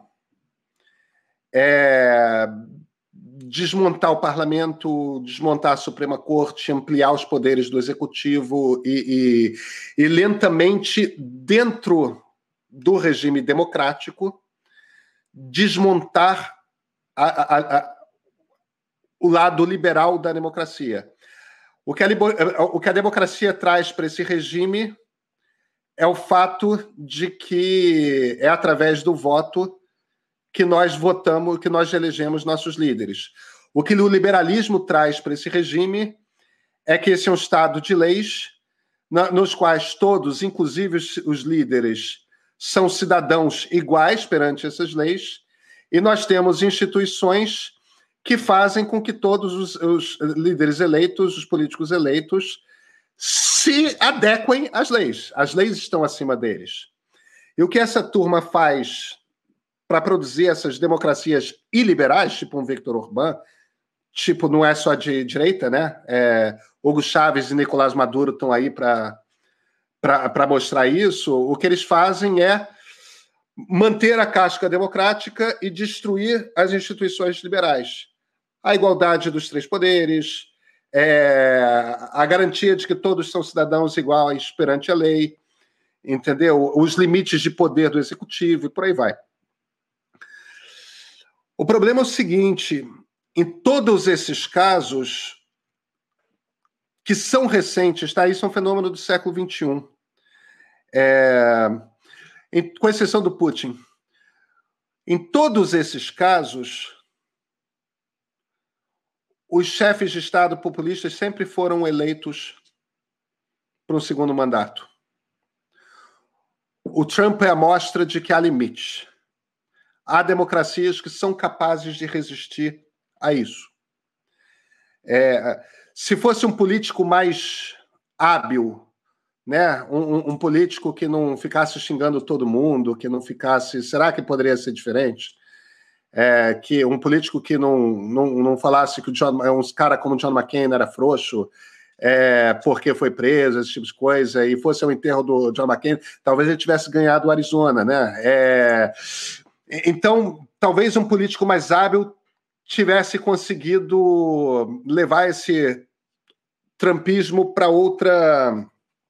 é, desmontar o parlamento, desmontar a Suprema Corte, ampliar os poderes do Executivo e, e, e lentamente, dentro do regime democrático, desmontar a, a, a, o lado liberal da democracia. O que a, o que a democracia traz para esse regime é o fato de que é através do voto que nós votamos, que nós elegemos nossos líderes. O que o liberalismo traz para esse regime é que esse é um Estado de leis, na, nos quais todos, inclusive os, os líderes, são cidadãos iguais perante essas leis, e nós temos instituições que fazem com que todos os, os líderes eleitos, os políticos eleitos, se adequem às leis. As leis estão acima deles. E o que essa turma faz para produzir essas democracias iliberais, tipo um Viktor Orbán, tipo, não é só de direita, né? É, Hugo Chávez e Nicolás Maduro estão aí para para mostrar isso. O que eles fazem é manter a casca democrática e destruir as instituições liberais. A igualdade dos três poderes, é, a garantia de que todos são cidadãos iguais perante a lei, entendeu? Os limites de poder do executivo e por aí vai. O problema é o seguinte: em todos esses casos que são recentes, tá? Isso é um fenômeno do século vinte e um, é, em, com exceção do Putin. Em todos esses casos, os chefes de Estado populistas sempre foram eleitos para um segundo mandato. O Trump é a mostra de que há limites. Há democracias que são capazes de resistir a isso. É, se fosse um político mais hábil, né, um, um político que não ficasse xingando todo mundo, que não ficasse... Será que poderia ser diferente? É, que um político que não, não, não falasse que o John, um cara como John McCain era frouxo, é, porque foi preso, esse tipo de coisa, e fosse ao enterro do John McCain, talvez ele tivesse ganhado o Arizona, né? É, então, talvez um político mais hábil tivesse conseguido levar esse trumpismo para outra...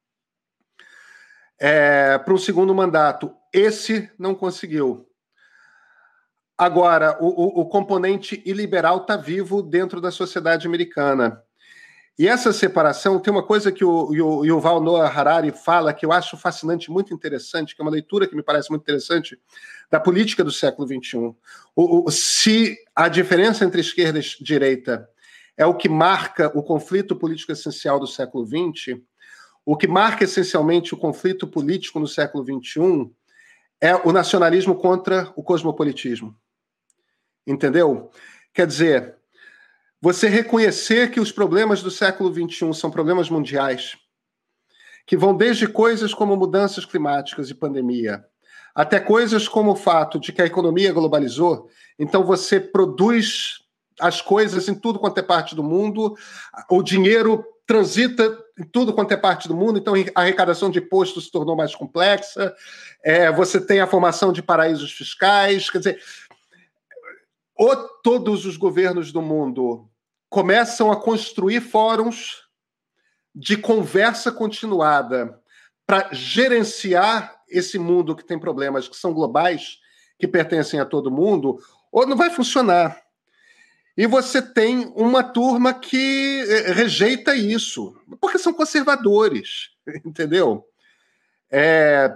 É, para um segundo mandato. Esse não conseguiu. Agora, o, o, o componente iliberal está vivo dentro da sociedade americana. E essa separação, tem uma coisa que o, o Yuval Noah Harari fala que eu acho fascinante, muito interessante, que é uma leitura que me parece muito interessante, da política do século vinte e um. O, o, se a diferença entre esquerda e direita é o que marca o conflito político essencial do século vinte, o que marca essencialmente o conflito político no século vinte e um é o nacionalismo contra o cosmopolitismo. Entendeu? Quer dizer, você reconhecer que os problemas do século vinte e um são problemas mundiais, que vão desde coisas como mudanças climáticas e pandemia, até coisas como o fato de que a economia globalizou, então você produz as coisas em tudo quanto é parte do mundo, o dinheiro transita em tudo quanto é parte do mundo, então a arrecadação de impostos se tornou mais complexa, é, você tem a formação de paraísos fiscais, quer dizer, ou todos os governos do mundo começam a construir fóruns de conversa continuada para gerenciar esse mundo que tem problemas que são globais, que pertencem a todo mundo, ou não vai funcionar. E você tem uma turma que rejeita isso, porque são conservadores, entendeu? É,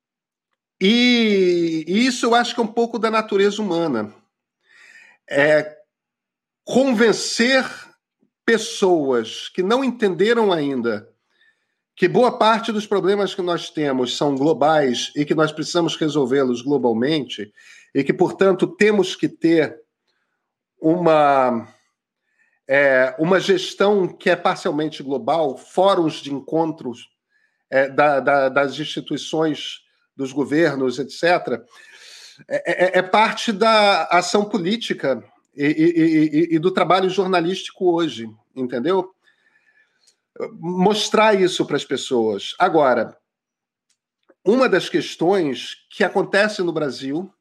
e, e isso eu acho que é um pouco da natureza humana. É convencer pessoas que não entenderam ainda que boa parte dos problemas que nós temos são globais e que nós precisamos resolvê-los globalmente e que, portanto, temos que ter uma, é, uma gestão que é parcialmente global, fóruns de encontros é, da, da, das instituições, dos governos, etcétera. é, é parte da ação política e, e, e, e do trabalho jornalístico hoje, entendeu? Mostrar isso para as pessoas. Agora, uma das questões que acontece no Brasil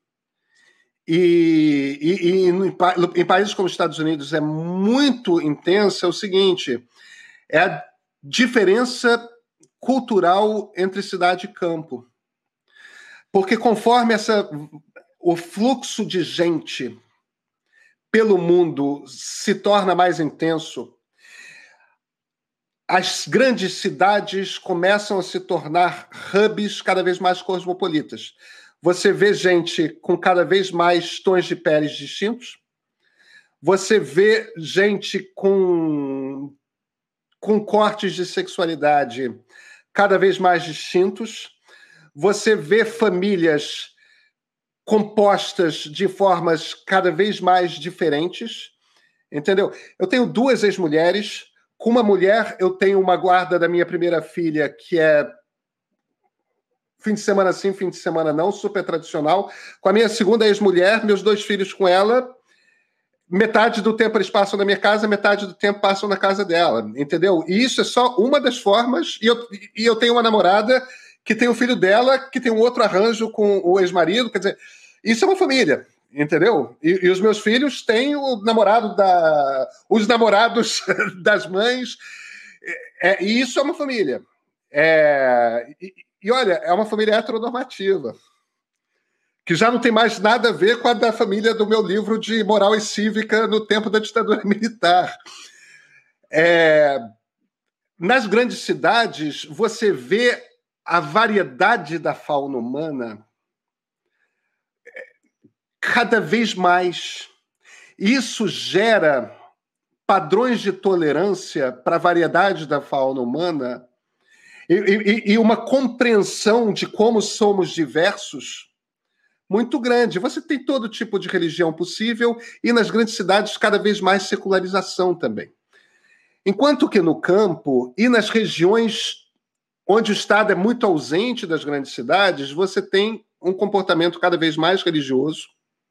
e, e, e em países como os Estados Unidos é muito intensa é o seguinte, é a diferença cultural entre cidade e campo. Porque conforme essa, o fluxo de gente pelo mundo se torna mais intenso, as grandes cidades começam a se tornar hubs cada vez mais cosmopolitas. Você vê gente com cada vez mais tons de peles distintos, você vê gente com, com cortes de sexualidade cada vez mais distintos, você vê famílias compostas de formas cada vez mais diferentes, entendeu? Eu tenho duas ex-mulheres. Com uma mulher, eu tenho uma guarda da minha primeira filha, que é fim de semana sim, fim de semana não, super tradicional. Com a minha segunda ex-mulher, meus dois filhos com ela, metade do tempo eles passam na minha casa, metade do tempo passam na casa dela, entendeu? E isso é só uma das formas, e eu, e eu tenho uma namorada que tem o filho dela, que tem um outro arranjo com o ex-marido, quer dizer, isso é uma família, entendeu? E, e os meus filhos têm o namorado da... os namorados das mães, é, e isso é uma família. É, e, e, olha, é uma família heteronormativa, que já não tem mais nada a ver com a da família do meu livro de moral e cívica no tempo da ditadura militar. É, nas grandes cidades, você vê a variedade da fauna humana cada vez mais. Isso gera padrões de tolerância para a variedade da fauna humana e, e, e uma compreensão de como somos diversos muito grande. Você tem todo tipo de religião possível e nas grandes cidades cada vez mais secularização também. Enquanto que no campo e nas regiões onde o Estado é muito ausente das grandes cidades, você tem um comportamento cada vez mais religioso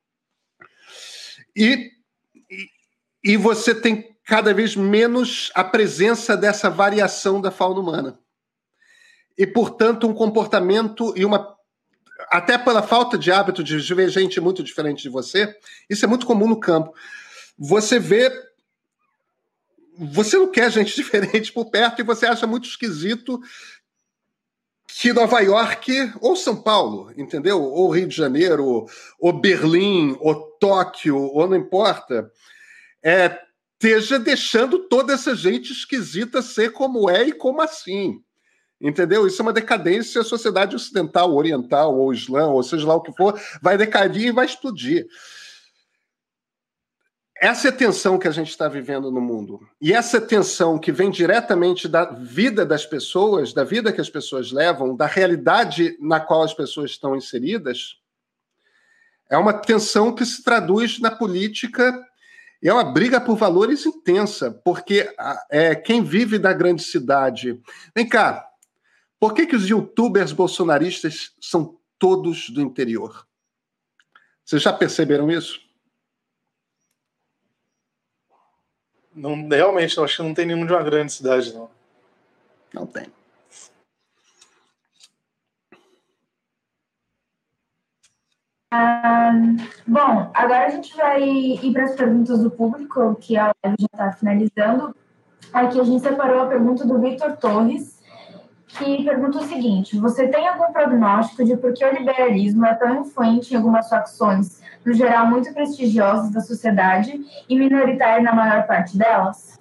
e, e, e você tem cada vez menos a presença dessa variação da fauna humana. E, portanto, um comportamento e uma... Até pela falta de hábito de ver gente muito diferente de você, isso é muito comum no campo. Você vê... Você não quer gente diferente por perto e você acha muito esquisito que Nova York ou São Paulo, entendeu? Ou Rio de Janeiro, ou Berlim, ou Tóquio, ou não importa, é, esteja deixando toda essa gente esquisita ser como é e como assim. Entendeu? Isso é uma decadência. A sociedade ocidental, oriental, ou islã, ou seja lá o que for, vai decair e vai explodir. Essa é a tensão que a gente está vivendo no mundo. E essa tensão que vem diretamente da vida das pessoas, da vida que as pessoas levam, da realidade na qual as pessoas estão inseridas, é uma tensão que se traduz na política e é uma briga por valores intensa, porque é, quem vive da grande cidade... Vem cá, por que que os youtubers bolsonaristas são todos do interior? Vocês já perceberam isso? Não, realmente, eu acho que não tem nenhum de uma grande cidade, não. Não tem. Ah, bom, agora a gente vai ir para as perguntas do público, que a live já está finalizando. Aqui a gente separou a pergunta do Victor Torres, que pergunta o seguinte: você tem algum prognóstico de por que o liberalismo é tão influente em algumas facções, no geral muito prestigiosas da sociedade, e minoritário na maior parte delas?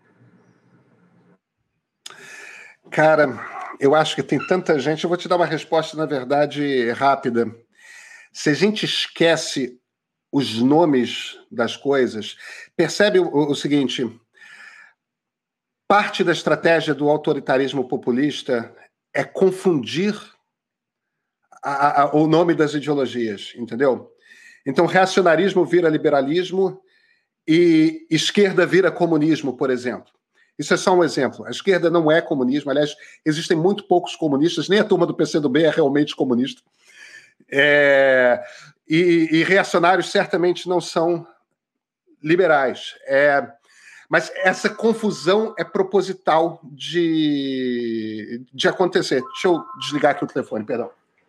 Cara, eu acho que tem tanta gente... Eu vou te dar uma resposta, na verdade, rápida. Se a gente esquece os nomes das coisas, percebe o, o seguinte... Parte da estratégia do autoritarismo populista é confundir a, a, o nome das ideologias, entendeu? Então, reacionarismo vira liberalismo e esquerda vira comunismo, por exemplo. Isso é só um exemplo. A esquerda não é comunismo. Aliás, existem muito poucos comunistas. Nem a turma do P C do B é realmente comunista. É... e, e reacionários certamente não são liberais. É, mas essa confusão é proposital de, de acontecer. Deixa eu desligar aqui o telefone, perdão.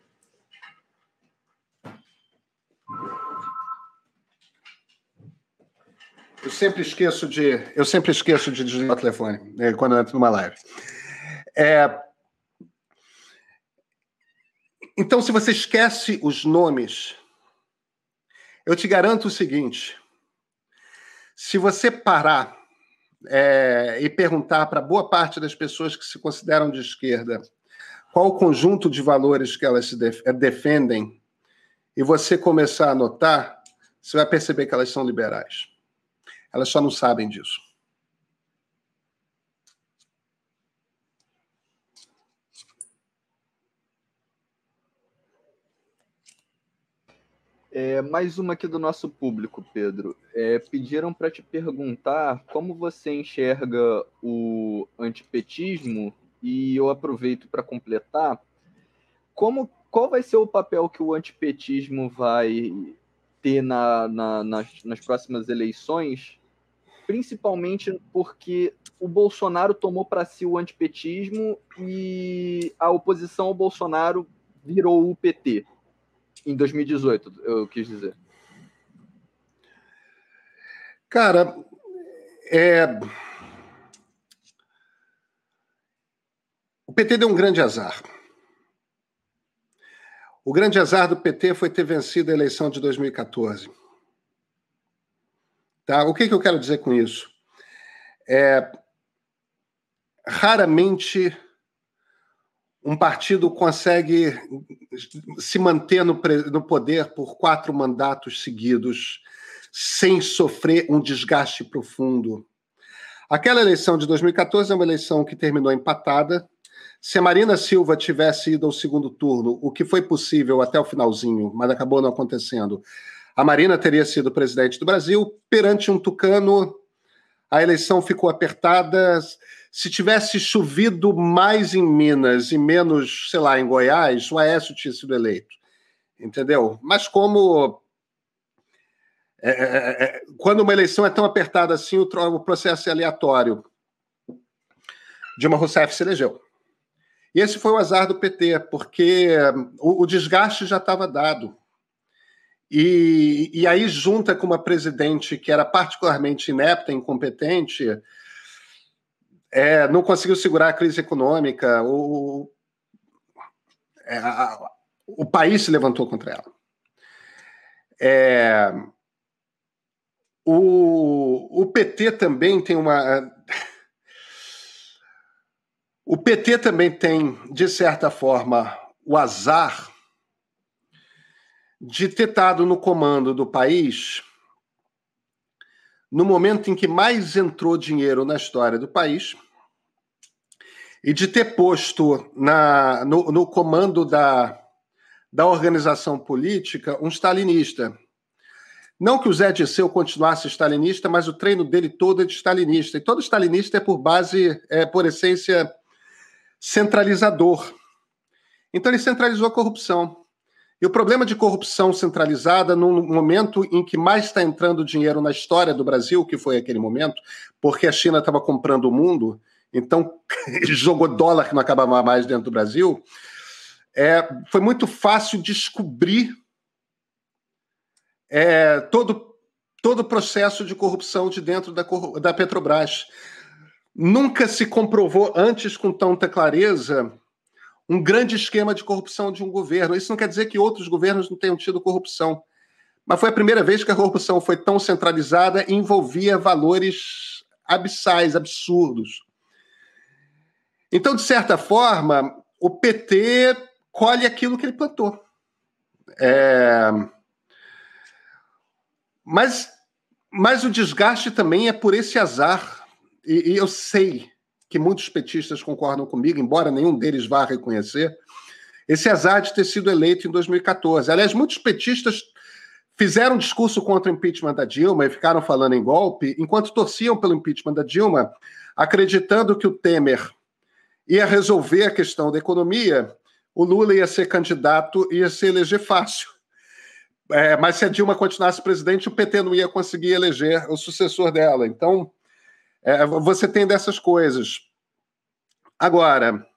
Eu sempre esqueço de, eu sempre esqueço de desligar o telefone, né, quando eu entro numa live. É, então, se você esquece os nomes, eu te garanto o seguinte: se você parar é, e perguntar para boa parte das pessoas que se consideram de esquerda qual o conjunto de valores que elas se def- defendem, e você começar a notar, você vai perceber que elas são liberais. Elas só não sabem disso. É, mais uma aqui do nosso público, Pedro. É, pediram para te perguntar como você enxerga o antipetismo, e eu aproveito para completar. Como, qual vai ser o papel que o antipetismo vai ter na, na, nas, nas próximas eleições, principalmente porque o Bolsonaro tomou para si o antipetismo e a oposição ao Bolsonaro virou o P T em dois mil e dezoito, eu quis dizer. Cara, é... o P T deu um grande azar. O grande azar do P T foi ter vencido a eleição de dois mil e quatorze. Tá? O que, que eu quero dizer com isso? É... Raramente um partido consegue se manter no, no poder por quatro mandatos seguidos sem sofrer um desgaste profundo. Aquela eleição de dois mil e quatorze é uma eleição que terminou empatada. Se a Marina Silva tivesse ido ao segundo turno, o que foi possível até o finalzinho, mas acabou não acontecendo, a Marina teria sido presidente do Brasil. Perante um tucano, a eleição ficou apertada. Se tivesse chovido mais em Minas e menos, sei lá, em Goiás, o Aécio tinha sido eleito. Entendeu? Mas como... É, é, é, quando uma eleição é tão apertada assim, o, o processo é aleatório. Dilma Rousseff se elegeu. E esse foi o azar do P T, porque o, o desgaste já estava dado. E, e aí, junta com uma presidente que era particularmente inepta, incompetente, é, não conseguiu segurar a crise econômica, o, é, a, o país se levantou contra ela. É, o, o P T também tem uma... O P T também tem, de certa forma, o azar de ter estado no comando do país no momento em que mais entrou dinheiro na história do país e de ter posto na, no, no comando da, da organização política um stalinista. Não que o Zé Dirceu continuasse stalinista, mas o treino dele todo é de stalinista. E todo stalinista é, por base, é, por essência, centralizador. Então ele centralizou a corrupção. E o problema de corrupção centralizada, no momento em que mais está entrando dinheiro na história do Brasil, que foi aquele momento, porque a China estava comprando o mundo, então jogou dólar que não acabava mais dentro do Brasil, é, foi muito fácil descobrir é, todo, todo o processo de corrupção de dentro da, da Petrobras. Nunca se comprovou antes com tanta clareza um grande esquema de corrupção de um governo. Isso não quer dizer que outros governos não tenham tido corrupção, mas foi a primeira vez que a corrupção foi tão centralizada e envolvia valores abissais, absurdos. Então, de certa forma, o P T colhe aquilo que ele plantou. É... Mas, mas o desgaste também é por esse azar, e, e eu sei que muitos petistas concordam comigo, embora nenhum deles vá reconhecer, esse azar de ter sido eleito em dois mil e quatorze. Aliás, muitos petistas fizeram um discurso contra o impeachment da Dilma e ficaram falando em golpe, enquanto torciam pelo impeachment da Dilma, acreditando que o Temer ia resolver a questão da economia, o Lula ia ser candidato e ia se eleger fácil. É, mas se a Dilma continuasse presidente, o P T não ia conseguir eleger o sucessor dela. Então, é, você tem dessas coisas. Agora,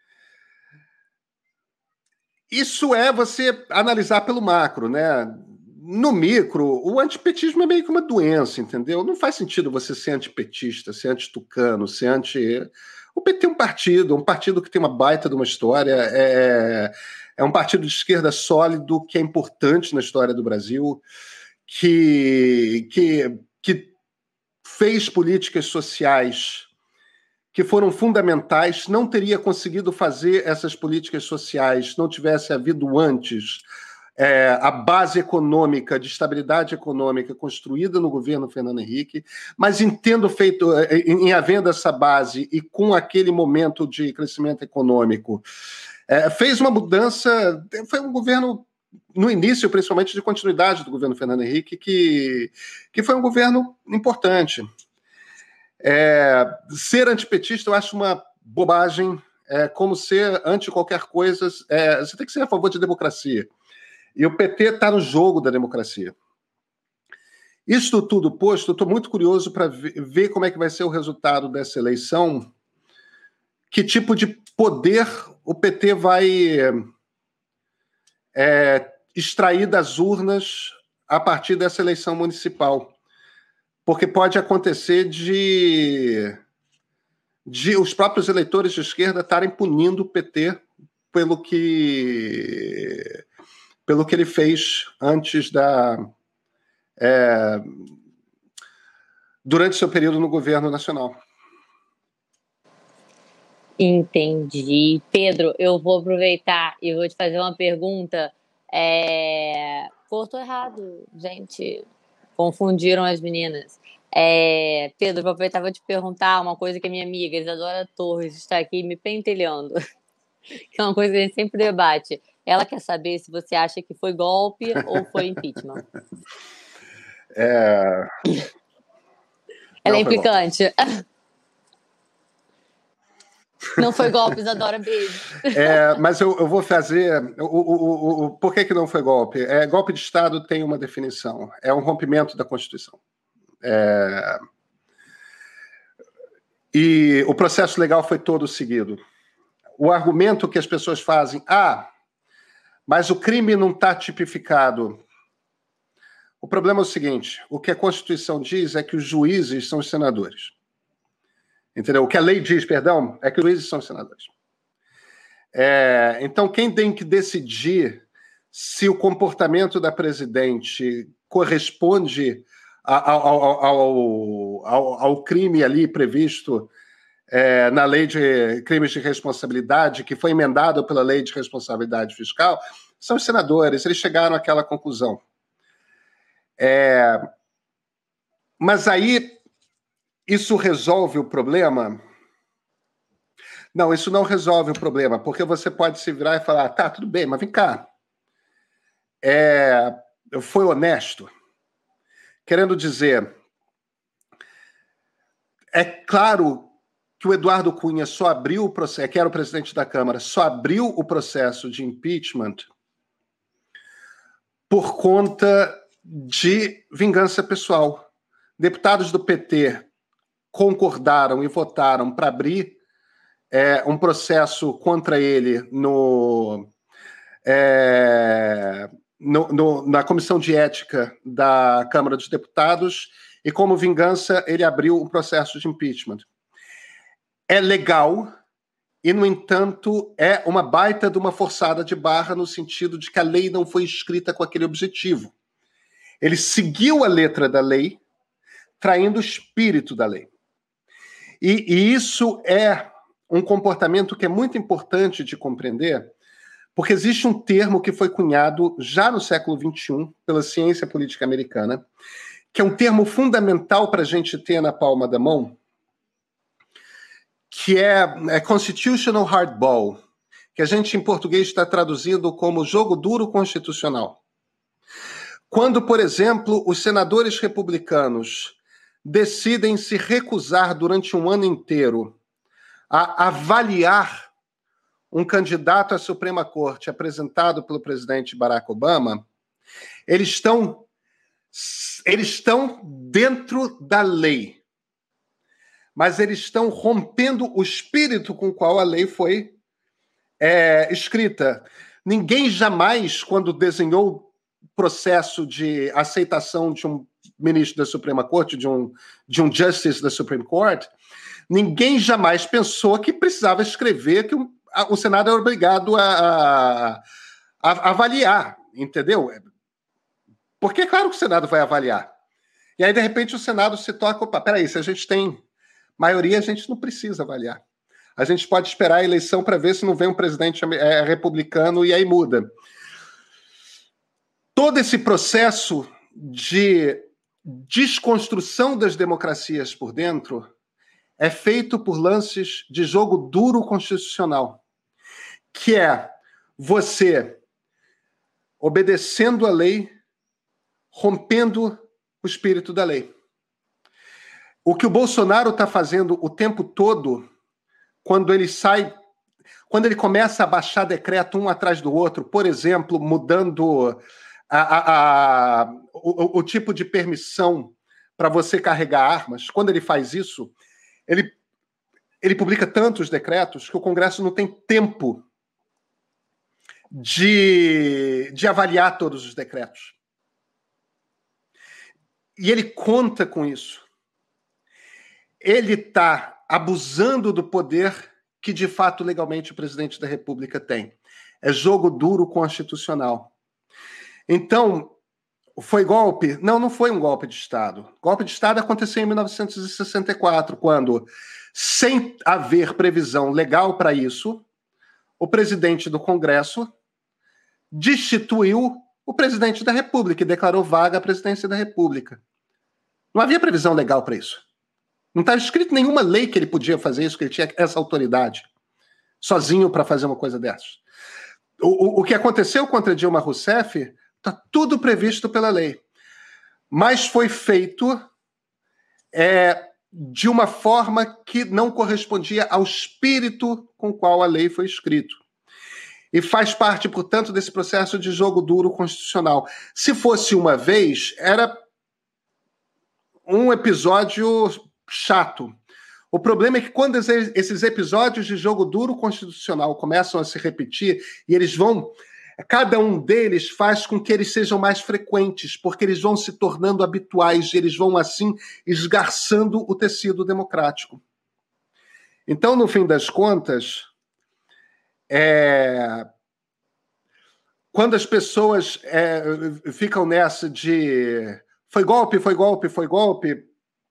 isso é você analisar pelo macro, né? No micro, o antipetismo é meio que uma doença, entendeu? Não faz sentido você ser antipetista, ser antitucano, ser anti... O P T é um partido, um partido que tem uma baita de uma história, é, é um partido de esquerda sólido, que é importante na história do Brasil, que, que, que fez políticas sociais que foram fundamentais, não teria conseguido fazer essas políticas sociais, não tivesse havido antes é, a base econômica, de estabilidade econômica construída no governo Fernando Henrique, mas em tendo feito, em, em havendo essa base e com aquele momento de crescimento econômico, é, fez uma mudança, foi um governo, no início, principalmente, de continuidade do governo Fernando Henrique, que, que foi um governo importante. É, ser antipetista eu acho uma bobagem, é, como ser anti qualquer coisa, é, você tem que ser a favor de democracia. E o P T está no jogo da democracia. Isso tudo posto, eu estou muito curioso para ver como é que vai ser o resultado dessa eleição, que tipo de poder o P T vai é, extrair das urnas a partir dessa eleição municipal. Porque pode acontecer de, de os próprios eleitores de esquerda estarem punindo o P T pelo que, pelo que ele fez antes da... É, durante seu período no governo nacional. Entendi. Pedro, eu vou aproveitar e vou te fazer uma pergunta. É... Pô, tô errado, gente. Confundiram as meninas. É, Pedro, vou aproveitar e vou te perguntar uma coisa que a minha amiga Isadora Torres está aqui me pentelhando, que é uma coisa que a gente sempre debate. Ela quer saber se você acha que foi golpe ou foi impeachment. É... Ela é implicante. Não foi golpe, Isadora, beijo. É, mas eu, eu vou fazer... O, o, o, o, por que, que não foi golpe? É, golpe de Estado tem uma definição. É um rompimento da Constituição. É... E o processo legal foi todo seguido. O argumento que as pessoas fazem, ah, mas o crime não está tipificado. O problema é o seguinte, o que a Constituição diz é que os juízes são os senadores. Entendeu? O que a lei diz, perdão, é que os juízes são os senadores. É... Então, quem tem que decidir se o comportamento da presidente corresponde Ao, ao, ao, ao, ao crime ali previsto é, na lei de crimes de responsabilidade, que foi emendado pela lei de responsabilidade fiscal, são os senadores, eles chegaram àquela conclusão. É, mas aí, isso resolve o problema? Não, isso não resolve o problema, porque você pode se virar e falar, tá, tudo bem, mas vem cá, é, foi honesto? Querendo dizer, é claro que o Eduardo Cunha só abriu o processo, que era o presidente da Câmara, só abriu o processo de impeachment por conta de vingança pessoal. Deputados do P T concordaram e votaram para abrir é, um processo contra ele no... É, No, no, na Comissão de Ética da Câmara dos Deputados, e como vingança ele abriu um processo de impeachment. É legal e, no entanto, é uma baita de uma forçada de barra no sentido de que a lei não foi escrita com aquele objetivo. Ele seguiu a letra da lei, traindo o espírito da lei. E, e isso é um comportamento que é muito importante de compreender, porque existe um termo que foi cunhado já no século vinte e um pela ciência política americana, que é um termo fundamental para a gente ter na palma da mão, que é, é constitutional hardball, que a gente em português está traduzindo como jogo duro constitucional. Quando, por exemplo, os senadores republicanos decidem se recusar durante um ano inteiro a avaliar um candidato à Suprema Corte apresentado pelo presidente Barack Obama, Eles estão, eles estão dentro da lei, mas eles estão rompendo o espírito com o qual a lei foi é, escrita. Ninguém jamais, quando desenhou o processo de aceitação de um ministro da Suprema Corte, de um, de um justice da Supreme Court, ninguém jamais pensou que precisava escrever que o, a, o Senado é obrigado a, a, a avaliar, entendeu? Porque é claro que o Senado vai avaliar. E aí, de repente, o Senado se toca, opa, peraí, se a gente tem maioria, a gente não precisa avaliar. A gente pode esperar a eleição para ver se não vem um presidente é, republicano e aí muda. Todo esse processo de desconstrução das democracias por dentro é feito por lances de jogo duro constitucional, que é você obedecendo a lei, rompendo o espírito da lei. O que o Bolsonaro está fazendo o tempo todo, quando ele sai, quando ele começa a baixar decreto um atrás do outro, por exemplo, mudando a, a, a, o, o tipo de permissão para você carregar armas, quando ele faz isso, ele, ele publica tantos decretos que o Congresso não tem tempo de, de avaliar todos os decretos. E ele conta com isso. Ele está abusando do poder que, de fato, legalmente o presidente da República tem. É jogo duro constitucional. Então, foi golpe? Não, não foi um golpe de Estado. Golpe de Estado aconteceu em mil novecentos e sessenta e quatro, quando, sem haver previsão legal para isso, o presidente do Congresso destituiu o presidente da República e declarou vaga a presidência da República. Não havia previsão legal para isso. Não está escrito nenhuma lei que ele podia fazer isso, que ele tinha essa autoridade sozinho para fazer uma coisa dessas. O, o, o que aconteceu contra Dilma Rousseff está tudo previsto pela lei, mas foi feito é, de uma forma que não correspondia ao espírito com o qual a lei foi escrita. E faz parte, portanto, desse processo de jogo duro constitucional. Se fosse uma vez, era um episódio chato. O problema é que quando esses episódios de jogo duro constitucional começam a se repetir, e eles vão... Cada um deles faz com que eles sejam mais frequentes, porque eles vão se tornando habituais, e eles vão, assim, esgarçando o tecido democrático. Então, no fim das contas, é... quando as pessoas é, ficam nessa de foi golpe, foi golpe, foi golpe,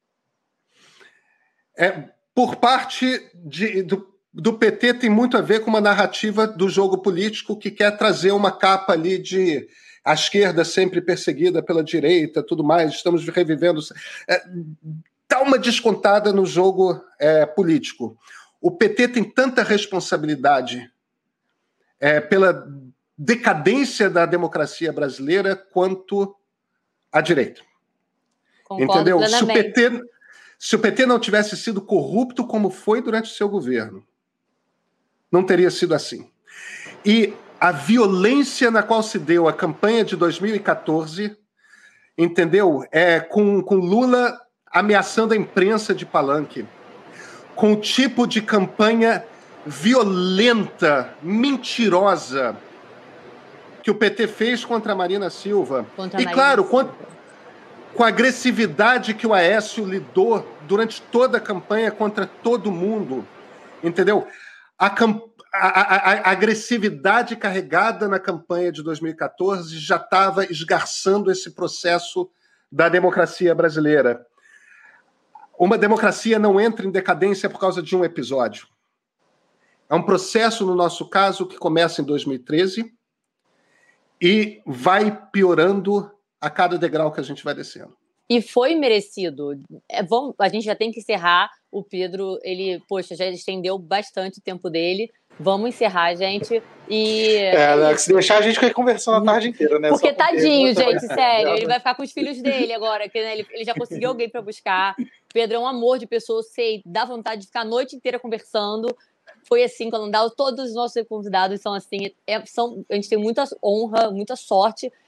é, por parte de, do, do P T tem muito a ver com uma narrativa do jogo político que quer trazer uma capa ali de a esquerda sempre perseguida pela direita, tudo mais, estamos revivendo... É, dá uma descontada no jogo é, político. O P T tem tanta responsabilidade é, pela decadência da democracia brasileira quanto a direita. Concordo, entendeu? Se o, P T, se o P T não tivesse sido corrupto como foi durante o seu governo, não teria sido assim. E a violência na qual se deu a campanha de dois mil e quatorze, entendeu? É, com, com Lula ameaçando a imprensa de palanque, com o tipo de campanha violenta, mentirosa, que o P T fez contra a Marina Silva. Contra e, Marina claro, Silva. Com, com a agressividade que o Aécio lidou durante toda a campanha contra todo mundo, entendeu? A, a, a, a agressividade carregada na campanha de dois mil e quatorze já estava esgarçando esse processo da democracia brasileira. Uma democracia não entra em decadência por causa de um episódio. É um processo, no nosso caso, que começa em dois mil e treze e vai piorando a cada degrau que a gente vai descendo. E foi merecido. É, vamos, a gente já tem que encerrar. O Pedro, ele, poxa, já estendeu bastante o tempo dele. Vamos encerrar, gente. E é, Alex, se deixar a gente ficar conversando a tarde inteira, né? Porque tadinho, gente, sério. Ele vai ficar com os filhos dele agora, que né, ele, ele já conseguiu alguém para buscar. Pedro é um amor de pessoa, sei, dá vontade de ficar a noite inteira conversando. Foi assim, quando dá, todos os nossos convidados são assim. É, são, a gente tem muita honra, muita sorte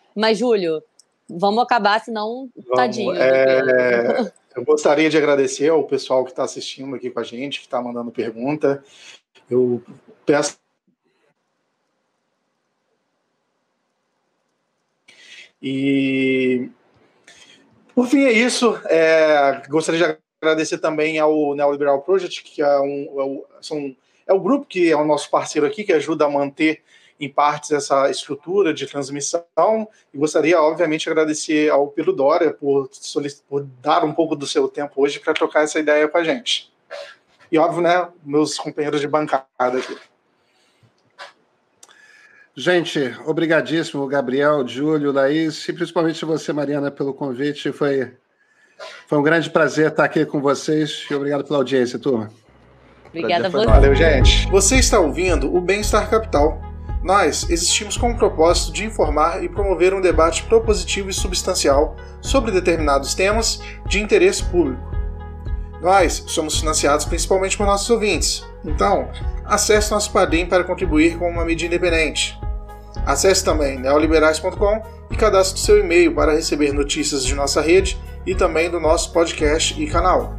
Mas, Júlio, vamos acabar, senão, vamos, tadinho. É... Eu gostaria de agradecer ao pessoal que está assistindo aqui com a gente, que está mandando pergunta. Eu peço. E, por fim, é isso. É... Gostaria de agradecer também ao Neoliberal Project, que é, um, é, o, são, é o grupo que é o nosso parceiro aqui, que ajuda a manter, em partes, essa estrutura de transmissão. E gostaria, obviamente, de agradecer ao Pedro Doria por, por dar um pouco do seu tempo hoje para trocar essa ideia com a gente. E, óbvio, né, meus companheiros de bancada aqui. Gente, obrigadíssimo, Gabriel, Júlio, Laís, e principalmente você, Mariana, pelo convite. Foi, foi um grande prazer estar aqui com vocês e obrigado pela audiência, turma. Obrigada a você. Valeu, gente. Você está ouvindo o Bem-Estar Capital. Nós existimos com o propósito de informar e promover um debate propositivo e substancial sobre determinados temas de interesse público. Nós somos financiados principalmente por nossos ouvintes. Então, acesse nosso Padrim para contribuir com uma mídia independente. Acesse também neoliberais ponto com e cadastre seu e-mail para receber notícias de nossa rede e também do nosso podcast e canal.